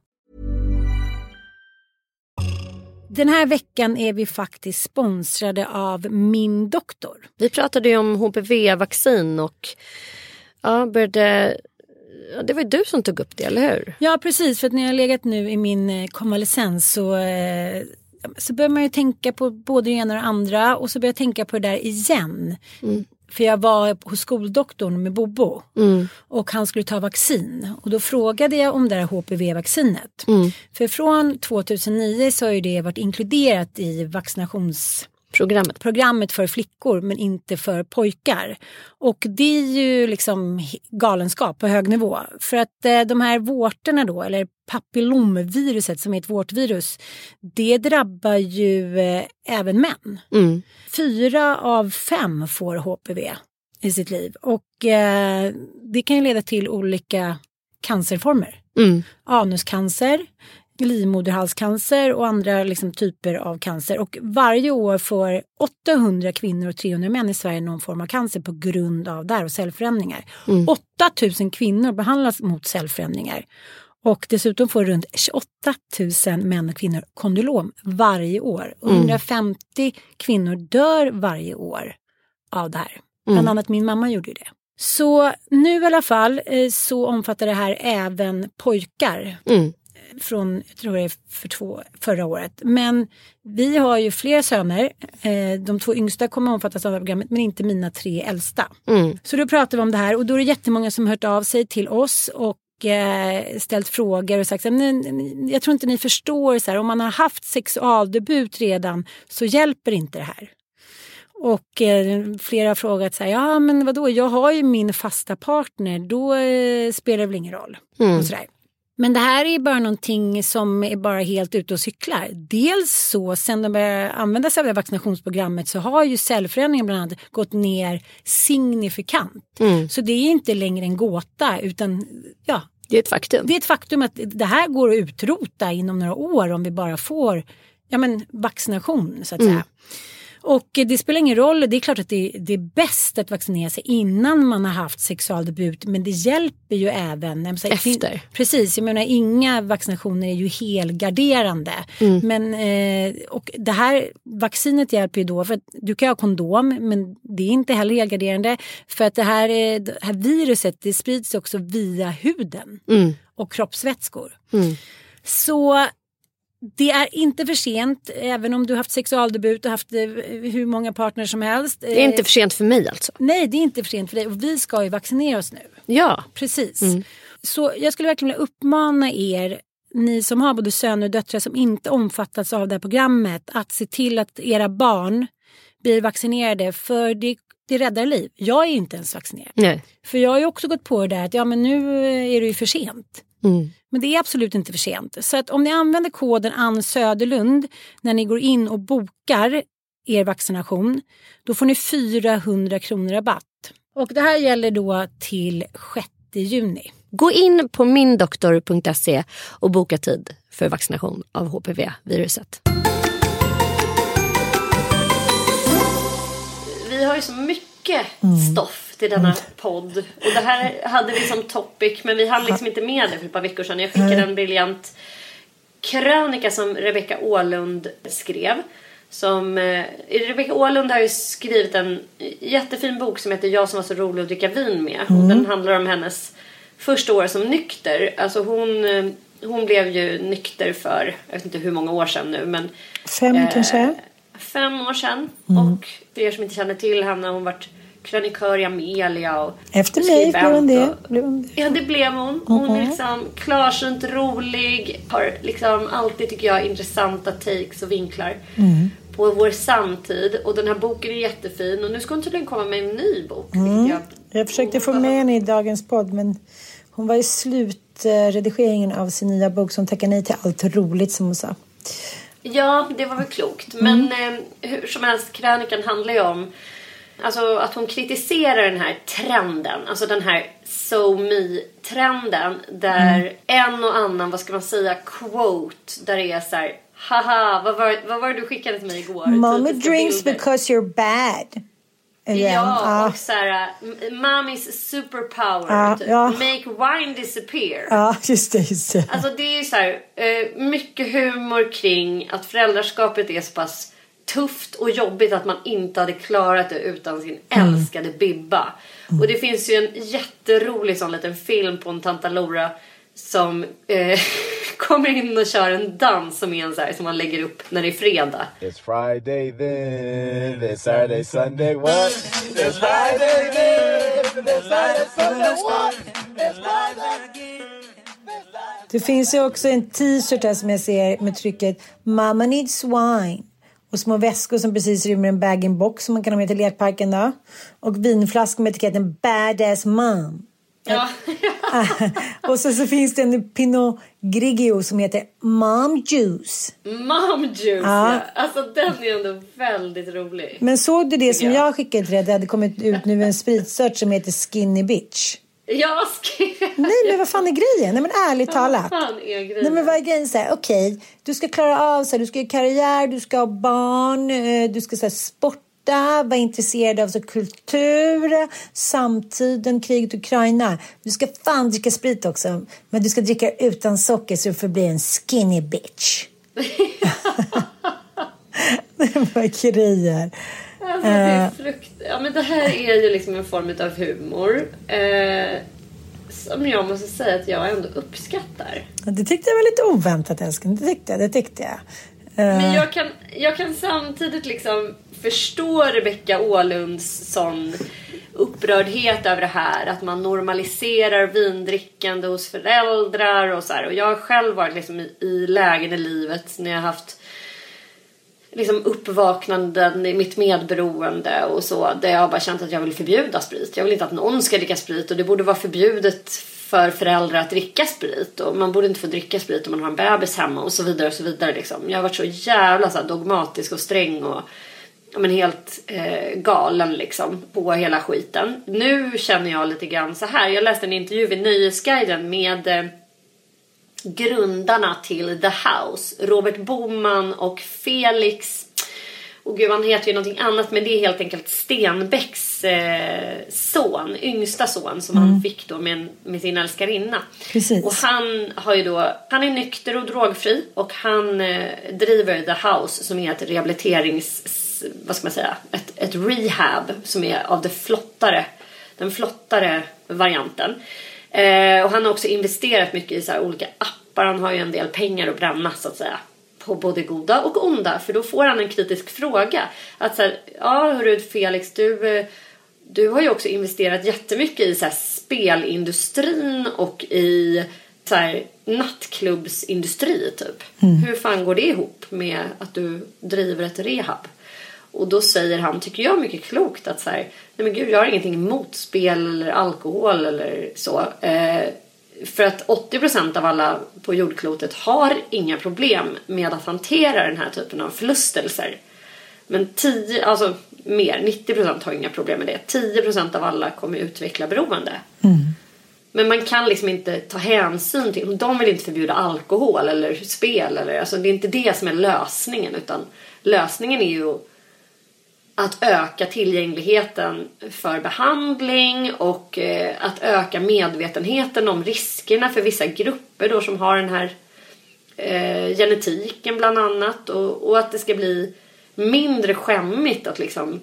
Den här veckan är vi faktiskt sponsrade av Min Doktor. Vi pratade ju om H P V-vaccin och ja, började, ja, det var du som tog upp det, eller hur? Ja, precis. För att när jag har legat nu i min konvalescens så, så börjar man ju tänka på både det ena och det andra. Och så börjar jag tänka på det där igen. Mm. För jag var hos skoldoktorn med Bobo mm. och han skulle ta vaccin. Och då frågade jag om det här H P V-vaccinet. Mm. För från tjugohundranio så har ju det varit inkluderat i vaccinationsprogrammet programmet för flickor men inte för pojkar. Och det är ju liksom galenskap på hög nivå. För att eh, de här vårtorna då, eller papillomviruset som är ett vårtvirus, det drabbar ju eh, även män. Mm. Fyra av fem får H P V i sitt liv. Och eh, det kan ju leda till olika cancerformer. Mm. Anuscancer, livmoderhalscancer och andra liksom, typer av cancer. Och varje år får åttahundra kvinnor och trehundra män i Sverige någon form av cancer på grund av där och cellförändringar. Mm. åtta tusen kvinnor behandlas mot cellförändringar. Och dessutom får runt tjugoåtta tusen män och kvinnor kondylom varje år. Och hundrafemtio mm. kvinnor dör varje år av det här. Bland mm. annat min mamma gjorde det. Så nu i alla fall så omfattar det här även pojkar. Mm. Från, jag tror det är för två, förra året. Men vi har ju fler söner. De två yngsta kommer omfattas av programmet, men inte mina tre äldsta. Mm. Så då pratar vi om det här och då är det jättemånga som hört av sig till oss och ställt frågor och sagt att jag tror inte ni förstår så här, om man har haft sexualdebut redan så hjälper inte det här. Och eh, flera har frågat så här, ja men vadå, jag har ju min fasta partner, då eh, spelar det väl ingen roll. Mm. Och så där. Men det här är bara någonting som är bara helt ute och cyklar. Dels så, sen de började använda sig av det vaccinationsprogrammet så har ju cellförändringen bland annat gått ner signifikant. Mm. Så det är inte längre en gåta utan ja. Det är ett faktum. Det är ett faktum att det här går att utrota inom några år om vi bara får ja, men, vaccination så att mm. säga. Och det spelar ingen roll, det är klart att det, det är bäst att vaccinera sig innan man har haft sexualdebut, men det hjälper ju även efter. Precis, jag menar inga vaccinationer är ju helgarderande. Mm. Men, eh, och det här vaccinet hjälper ju då, för att du kan ha kondom, men det är inte heller helgarderande. För att det här, det här viruset, det sprids också via huden mm. och kroppsvätskor. Mm. Så det är inte för sent, även om du har haft sexualdebut och haft hur många partner som helst. Det är inte för sent för mig alltså? Nej, det är inte för sent för dig. Och vi ska ju vaccinera oss nu. Ja. Precis. Mm. Så jag skulle verkligen vilja uppmana er, ni som har både söner och döttrar som inte omfattas av det här programmet, att se till att era barn blir vaccinerade. För det, det räddar liv. Jag är inte ens vaccinerad. Nej. För jag har ju också gått på det där att ja, men nu är det ju för sent. Mm. Men det är absolut inte för sent. Så att om ni använder koden Ann Söderlund när ni går in och bokar er vaccination, då får ni fyrahundra kronor rabatt. Och det här gäller då till sjätte juni. Gå in på mindoktor punkt se och boka tid för vaccination av H P V-viruset. Vi har ju så mycket stoff till denna podd. Och det här hade vi som topic, men vi hann liksom inte med det för ett par veckor sedan. Jag skickade en briljant krönika som Rebecka Åhlund skrev. Som, eh, Rebecka Åhlund har ju skrivit en jättefin bok som heter Jag som var så rolig att dricka vin med. Mm. Och den handlar om hennes första år som nykter. Alltså hon, hon blev ju nykter för, jag vet inte hur många år sedan nu. Men, fem eh, kanske? Fem år sedan. Mm. Och för er som inte känner till henne, hon varit krönikör i Amelia. Och efter mig blev hon det. Och, blev hon det. Ja, det blev hon. Hon är liksom klarsynt, rolig. Har liksom alltid, tycker jag, intressanta takes och vinklar mm. på vår samtid. Och den här boken är jättefin. Och nu ska hon tydligen komma med en ny bok. Mm. Jag, jag försökte få med henne i dagens podd, men hon var i slutredigeringen av sin nya bok som tackar nej till allt roligt, som hon sa. Ja, det var väl klokt. Men mm. eh, hur som helst, krönikan handlar ju om alltså att hon kritiserar den här trenden. Alltså den här so me-trenden. Där mm. en och annan, vad ska man säga, quote. Där det är så här, haha, vad var, vad var det du skickade till mig igår? Mommy drinks bilder. Because you're bad. Igen. Ja, ah. och så här, mommy's superpower. Ah, typ. ja. Make wine disappear. Ja, ah, just det, just det. Alltså det är ju så här, mycket humor kring att föräldraskapet är så pass tufft och jobbigt att man inte hade klarat det utan sin mm. älskade Bibba. Mm. Och det finns ju en jätterolig sån liten film på en Tanta Laura som eh, kommer in och kör en dans som är en så här, som man lägger upp när det är fredag. It's Friday then, it's Saturday, Sunday, what? It's Friday then, it's Saturday, Sunday, what? It's Friday. Det finns ju också en t-shirt här som jag ser med trycket Mama needs wine. Och små väskor som precis rymmer en bag-in-box som man kan ha med till lekparken då. Och vinflaskor med etiketten Badass Mom. Ja. Och så, så finns det en Pinot Grigio som heter Mom Juice. Mom Juice, ja. Alltså den är ändå väldigt rolig. Men såg du det som jag, jag skickade till dig? Det hade kommit ut nu en spritsört som heter Skinny Bitch. Ja, skinny. Nej, men vad fan är grejen? Nej, men ärligt talat. Vad fan är grejen? Nej, men vad är grejen? Så här, okej, okay, du ska klara av så här, du ska ha karriär, du ska ha barn, du ska så här, sporta, vara intresserad av så, kultur, samtiden, kriget i Ukraina. Du ska fan dricka sprit också, men du ska dricka utan socker så du får bli en skinny bitch. Vad grejer. Alltså, det är frukt... Ja, men det här är ju liksom en form av humor eh, som jag måste säga att jag ändå uppskattar. Det tyckte jag var lite oväntat, älskling. Det tyckte jag, det tyckte jag. Uh... Men jag kan, jag kan samtidigt liksom förstå Rebecka Åhlunds sån upprördhet över det här. Att man normaliserar vindrickande hos föräldrar och så här. Och jag har själv varit liksom i, i lägen i livet när jag har haft liksom uppvaknanden i mitt medberoende och så, där jag bara känt att jag vill förbjuda sprit. Jag vill inte att någon ska dricka sprit och det borde vara förbjudet för föräldrar att dricka sprit. Och man borde inte få dricka sprit om man har en bebis hemma och så vidare och så vidare. Liksom. Jag har varit så jävla så här, dogmatisk och sträng och ja, men helt eh, galen liksom, på hela skiten. Nu känner jag lite grann så här. Jag läste en intervju vid Nöjesguiden med eh, grundarna till The House. Robert Boman och Felix. Och gud, han heter ju någonting annat, men det är helt enkelt Stenbecks eh, son, yngsta son som mm. han fick då med, med sin älskarinna. Precis. Och han har ju då, han är nykter och drogfri och han eh, driver The House som är ett rehabiliterings, vad ska man säga, ett, ett rehab som är av det flottare, den flottare varianten. Eh, och han har också investerat mycket i så här olika appar, han har ju en del pengar att bränna så att säga. På både goda och onda. För då får han en kritisk fråga. Att så här, ja hörru Felix, du, du har ju också investerat jättemycket i så här spelindustrin och i så här nattklubbsindustri typ. Mm. Hur fan går det ihop med att du driver ett rehab? Och då säger han, tycker jag mycket klokt, att så här, nej men gud, jag har ingenting emot spel eller alkohol eller så. Eh, För att åttio procent av alla på jordklotet har inga problem med att hantera den här typen av förlustelser. Men tio, alltså mer, nittio procent har inga problem med det. tio procent av alla kommer utveckla beroende. Mm. Men man kan liksom inte ta hänsyn till, de vill inte förbjuda alkohol eller spel. Eller, alltså det är inte det som är lösningen, utan lösningen är ju att öka tillgängligheten för behandling och eh, att öka medvetenheten om riskerna för vissa grupper då som har den här eh, genetiken bland annat. Och, och att det ska bli mindre skämmigt att liksom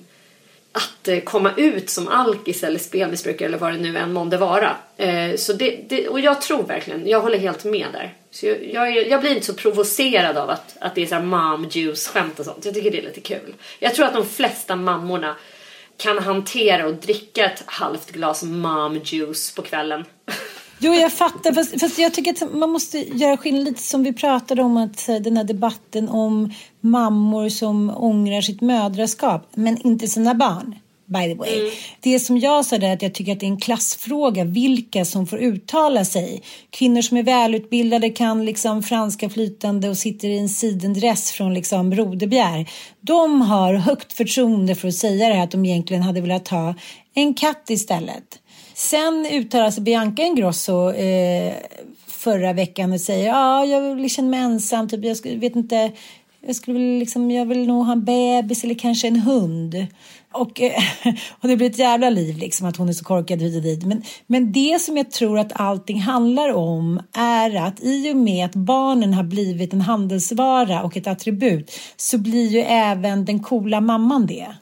att eh, komma ut som alkis eller spelmissbrukare eller vad det nu än månde vara. Eh, så det, det, och jag tror verkligen, jag håller helt med där. Så jag, jag, jag blir inte så provocerad av att, att det är så här mom juice skämt och sånt. Jag tycker det är lite kul. Jag tror att de flesta mammorna kan hantera och dricka ett halvt glas mom juice på kvällen. Jo, jag fattar. Fast, fast jag tycker att man måste göra skillnad lite som vi pratade om. Att den här debatten om mammor som ångrar sitt mödraskap. Men inte sina barn. By the way. Mm. Det som jag sa är att jag tycker att det är en klassfråga vilka som får uttala sig. Kvinnor som är välutbildade kan liksom franska flytande och sitter i en sidendress från liksom Brodebjer. De har högt förtroende för att säga det här, att de egentligen hade velat ha en katt istället. Sen uttalar sig Bianca Ingrosso eh, förra veckan och säger ja, jag känner mig ensam, typ, jag skulle, vet inte, jag skulle liksom, jag vill nog ha en bebis eller kanske en hund. Och, och det blir ett jävla liv liksom att hon är så korkad hit och dit. Men, men det som jag tror att allting handlar om är att i och med att barnen har blivit en handelsvara och ett attribut så blir ju även den coola mamman det.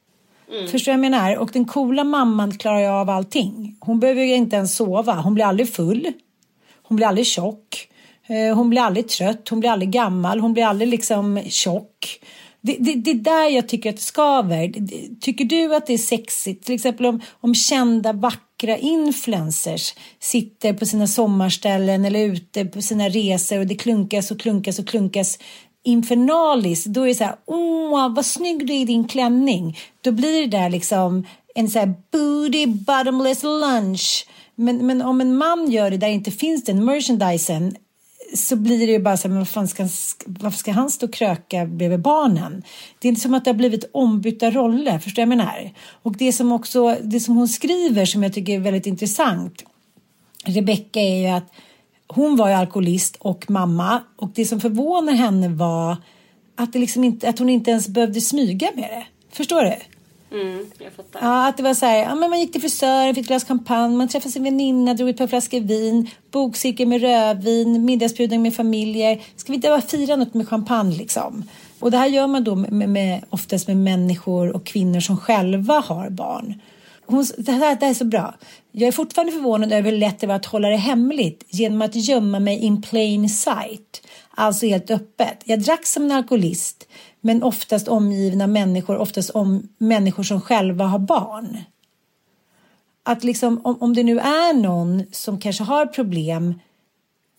Mm. Förstår jag menar? Och den coola mamman klarar ju av allting. Hon behöver ju inte ens sova. Hon blir aldrig full. Hon blir aldrig tjock. Hon blir aldrig trött. Hon blir aldrig gammal. Hon blir aldrig liksom tjock. Det, det, det är där jag tycker att det skaver. Tycker du att det är sexigt? Till exempel om, om kända vackra influencers sitter på sina sommarställen eller ute på sina resor och det klunkas och klunkas och klunkas infernaliskt. Då är det så här, åh vad snygg du är i din klänning. Då blir det där liksom en så här booty bottomless lunch. Men, men om en man gör det där inte finns den merchandisen, så blir det ju bara så här, men vad fan ska, varför ska han stå och kröka bredvid barnen? Det är inte som att det har blivit ombytta roller, förstår jag menar? Och det som också, det som hon skriver som jag tycker är väldigt intressant, Rebecca, är ju att hon var ju alkoholist och mamma, och det som förvånar henne var att, det liksom inte, att hon inte ens behövde smyga med det. Förstår du? Mm, jag fattar. Ja, att det var så här, ja, men man gick till frisören, fick ett glas champagne, man träffade sin väninna, drog ett par flaskor vin, bokcirkel med rödvin, middagsbjudning med familjer. Ska vi inte bara fira något med champagne liksom? Och det här gör man då med, med, oftast med människor och kvinnor som själva har barn. Hon, det, här, det här är så bra. Jag är fortfarande förvånad över hur lätt det var att hålla det hemligt genom att gömma mig in plain sight. Alltså helt öppet. Jag drack som en alkoholist, men oftast omgivna människor, oftast om människor som själva har barn. Att liksom, om, om det nu är någon som kanske har problem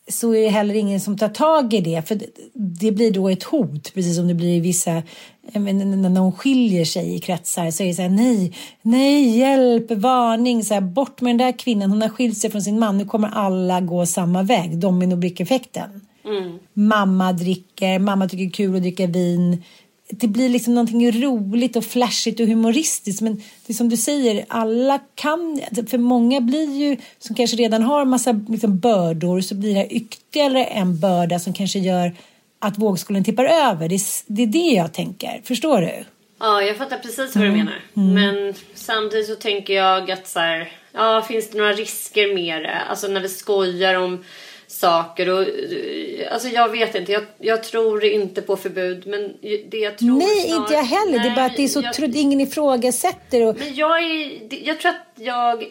så är det heller ingen som tar tag i det. För det blir då ett hot, precis som det blir i vissa, när någon skiljer sig i kretsar så är det så här, nej, nej, hjälp, varning, så här, bort med den där kvinnan, hon har skilt sig från sin man, nu kommer alla gå samma väg, dominobrickeffekten. Mm. Mamma dricker, mamma tycker det är kul att dricka vin. Det blir liksom någonting roligt och flashigt och humoristiskt. Men det är som du säger, alla kan, för många blir ju, som kanske redan har en massa liksom bördor, så blir det ytterligare en börda som kanske gör att vågskålen tippar över. Det är, det är det jag tänker, förstår du? Ja, jag fattar precis vad du menar. Mm. Men samtidigt så tänker jag att så här, ja, finns det några risker med det? Alltså när vi skojar om saker och alltså jag vet inte, jag, jag tror inte på förbud, men det jag tror nej snart, inte jag heller, nej, det är bara att det är så jag, tro, ingen ifrågasätter och... men jag är, jag tror att jag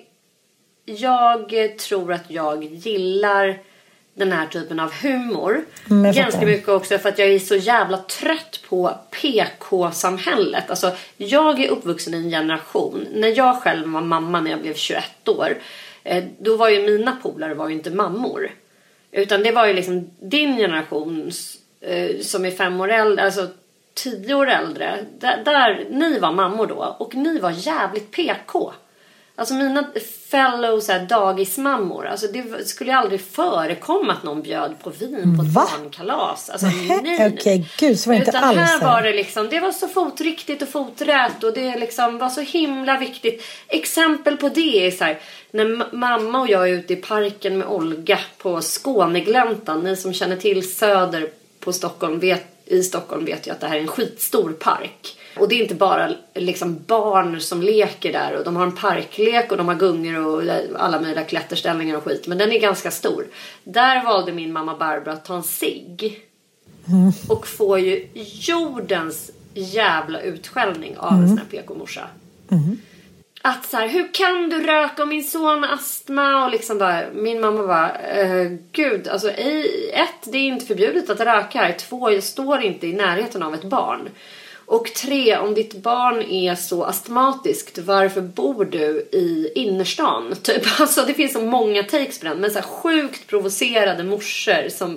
jag tror att jag gillar den här typen av humor mm, ganska mycket också för att jag är så jävla trött på P K-samhället. Alltså jag är uppvuxen i en generation, när jag själv var mamma när jag blev tjugoett år, då var ju mina polare var ju inte mammor. Utan det var ju liksom din generation eh, som är fem år äldre, alltså tio år äldre. Där, där ni var mammor då. Och ni var jävligt P K. Alltså mina fellow så här, dagismammor. Alltså det skulle ju aldrig förekomma att någon bjöd på vin på ett Va? barnkalas. Alltså nej. nej. Okej, okay, gud så var det inte alls. Utan här var det liksom, det var så fotriktigt och foträtt. Och det liksom var så himla viktigt. Exempel på det är så här, när mamma och jag är ute i parken med Olga på Skånegläntan. Ni som känner till söder på Stockholm vet, i Stockholm vet ju att det här är en skitstor park. Och det är inte bara liksom barn som leker där. Och de har en parklek och de har gungor och alla möjliga klätterställningar och skit. Men den är ganska stor. Där valde min mamma Barbara att ta en cigg. Mm. Och får ju jordens jävla utskällning av mm. en sån här P K-morsa. Mm. Att så här, hur kan du röka om min son har astma? Och liksom bara, min mamma bara, eh, gud, alltså ett, det är inte förbjudet att röka här. Två, jag står inte i närheten av ett barn. Och tre, om ditt barn är så astmatiskt, varför bor du i innerstan? Typ, alltså det finns så många takes på den. Men så här sjukt provocerade morsor som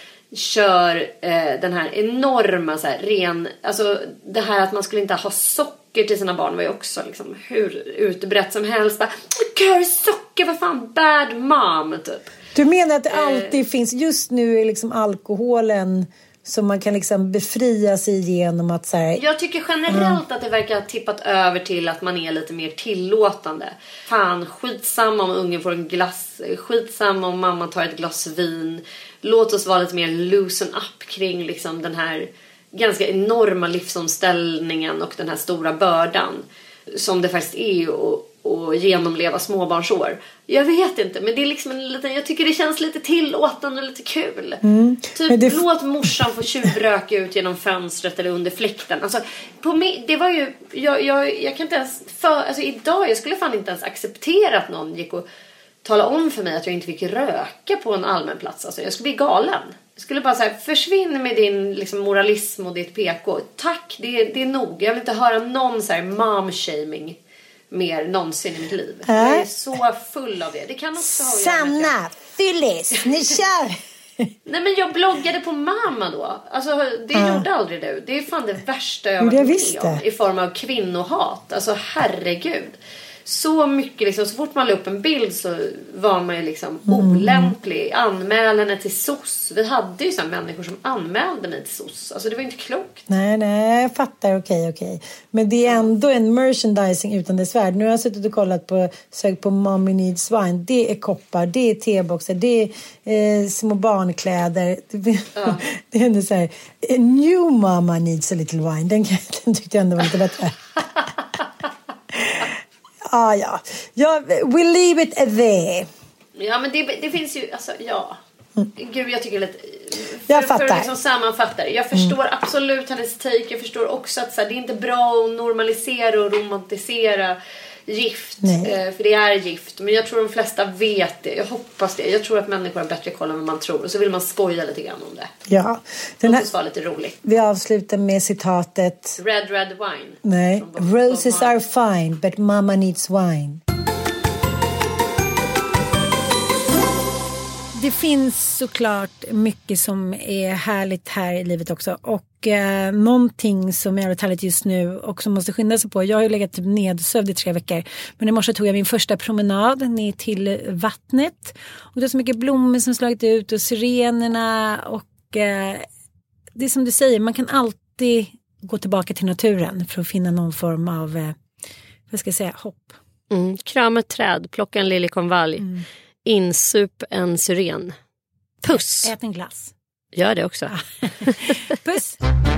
kör eh, den här enorma så här, ren, alltså det här att man skulle inte ha socker till sina barn var ju också liksom hur utbrett som helst. Bara, gud, socker, vad fan, bad mom typ. Du menar att det alltid eh, finns, just nu är liksom alkoholen som man kan liksom befria sig genom att så här... Jag tycker generellt mm. att det verkar ha tippat över till att man är lite mer tillåtande. Fan, skitsamma om ungen får en glass, skitsamma om mamma tar ett glas vin. Låt oss vara lite mer loosen up kring liksom den här ganska enorma livsomställningen och den här stora bördan som det faktiskt är att och genomleva småbarnsår. Jag vet inte, men det är liksom en liten, jag tycker det känns lite tillåtande och lite kul. Mm. Typ det... låt morsan få tjuvröka ut genom fönstret eller under fläkten. Alltså på mig, det var ju jag, jag, jag kan inte ens för, alltså idag jag skulle fan inte ens acceptera att någon gick och tala om för mig att jag inte fick röka på en allmän plats. Alltså jag skulle bli galen. Jag skulle bara säga, försvinn med din liksom, moralism och ditt P K. Tack, det, det är nog. Jag vill inte höra någon så här mom-shaming mer någonsin i mitt liv. Äh. Jag är så full av det. Det kan också ha att göra med Sanna, Phyllis, ni kör! Nej, men jag bloggade på mamma då. Alltså, det äh. gjorde aldrig du. Det är fan det värsta jag har varit med om. I form av kvinnohat. Alltså, herregud. Så mycket liksom, så fort man la upp en bild så var man ju liksom mm. olämplig. Anmälande till S O S. Vi hade ju så människor som anmälde mig till S O S. Alltså det var inte klokt. Nej, nej, jag fattar, okej, okej. Men det är ändå en merchandising utan dess värld. Nu har jag suttit och kollat på, sökt på Mommy Needs Wine. Det är koppar, det är teboxar, det är eh, små barnkläder. Det, ja. Det är ändå så här, a new mama needs a little wine. Den, den tyckte jag ändå var lite bättre. Ah, ja, ja, we'll leave it there. Ja, men det, det finns ju, alltså, ja. Mm. Gud, jag tycker lite... För, jag fattar. För att liksom sammanfatta det. Jag förstår mm. absolut hennes take. Jag förstår också att så här, det är inte bra att normalisera och romantisera gift. Eh, för det är gift. Men jag tror de flesta vet det. Jag hoppas det. Jag tror att människor har bättre koll än vad man tror. Och så vill man skoja lite grann om det. Ja. Den här... vara lite roligt. Vi avslutar med citatet... Red, red wine. Nej. Roses are fine, but mama needs wine. det finns såklart mycket som är härligt här i livet också. Och eh, någonting som är härligt just nu och som måste skynda sig på. Jag har ju legat typ nedsövd i tre veckor. Men i morse tog jag min första promenad ner till vattnet. Och det är så mycket blommor som slagit ut och sirenerna. Och eh, det är som du säger, man kan alltid gå tillbaka till naturen för att finna någon form av, eh, vad ska jag säga, hopp. Mm, krama ett träd, plocka en liljekonvalj. Mm. Insup en syren. Puss. Ät en glass. Gör det också. Puss.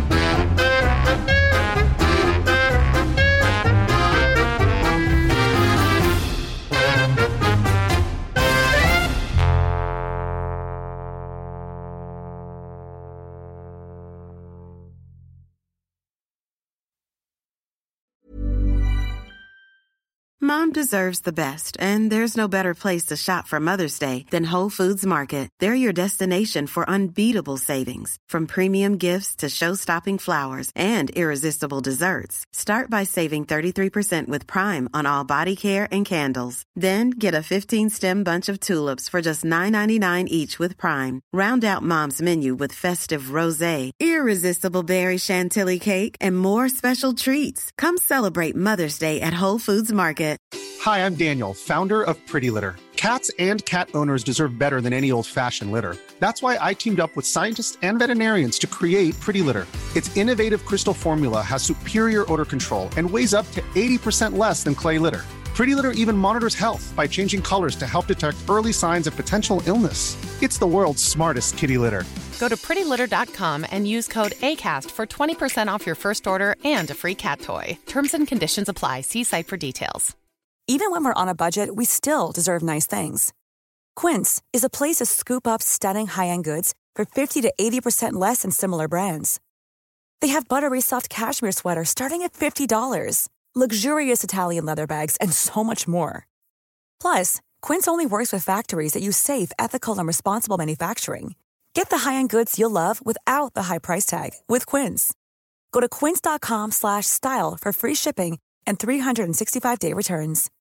Mom deserves the best, and there's no better place to shop for Mother's Day than Whole Foods Market. They're your destination for unbeatable savings, from premium gifts to show-stopping flowers and irresistible desserts. Start by saving thirty-three percent with Prime on all body care and candles. Then get a fifteen-stem bunch of tulips for just nine ninety-nine each with Prime. Round out Mom's menu with festive rosé, irresistible berry chantilly cake, and more special treats. Come celebrate Mother's Day at Whole Foods Market. Hi, I'm Daniel, founder of Pretty Litter. Cats and cat owners deserve better than any old-fashioned litter. That's why I teamed up with scientists and veterinarians to create Pretty Litter. Its innovative crystal formula has superior odor control and weighs up to eighty percent less than clay litter. Pretty Litter even monitors health by changing colors to help detect early signs of potential illness. It's the world's smartest kitty litter. Go to pretty litter dot com and use code ACAST for twenty percent off your first order and a free cat toy. Terms and conditions apply. See site for details. Even when we're on a budget, we still deserve nice things. Quince is a place to scoop up stunning high-end goods for fifty to eighty percent less than similar brands. They have buttery soft cashmere sweaters starting at fifty dollars, luxurious Italian leather bags, and so much more. Plus, Quince only works with factories that use safe, ethical, and responsible manufacturing. Get the high-end goods you'll love without the high price tag with Quince. Go to quince dot com slash style for free shipping and three sixty-five day returns.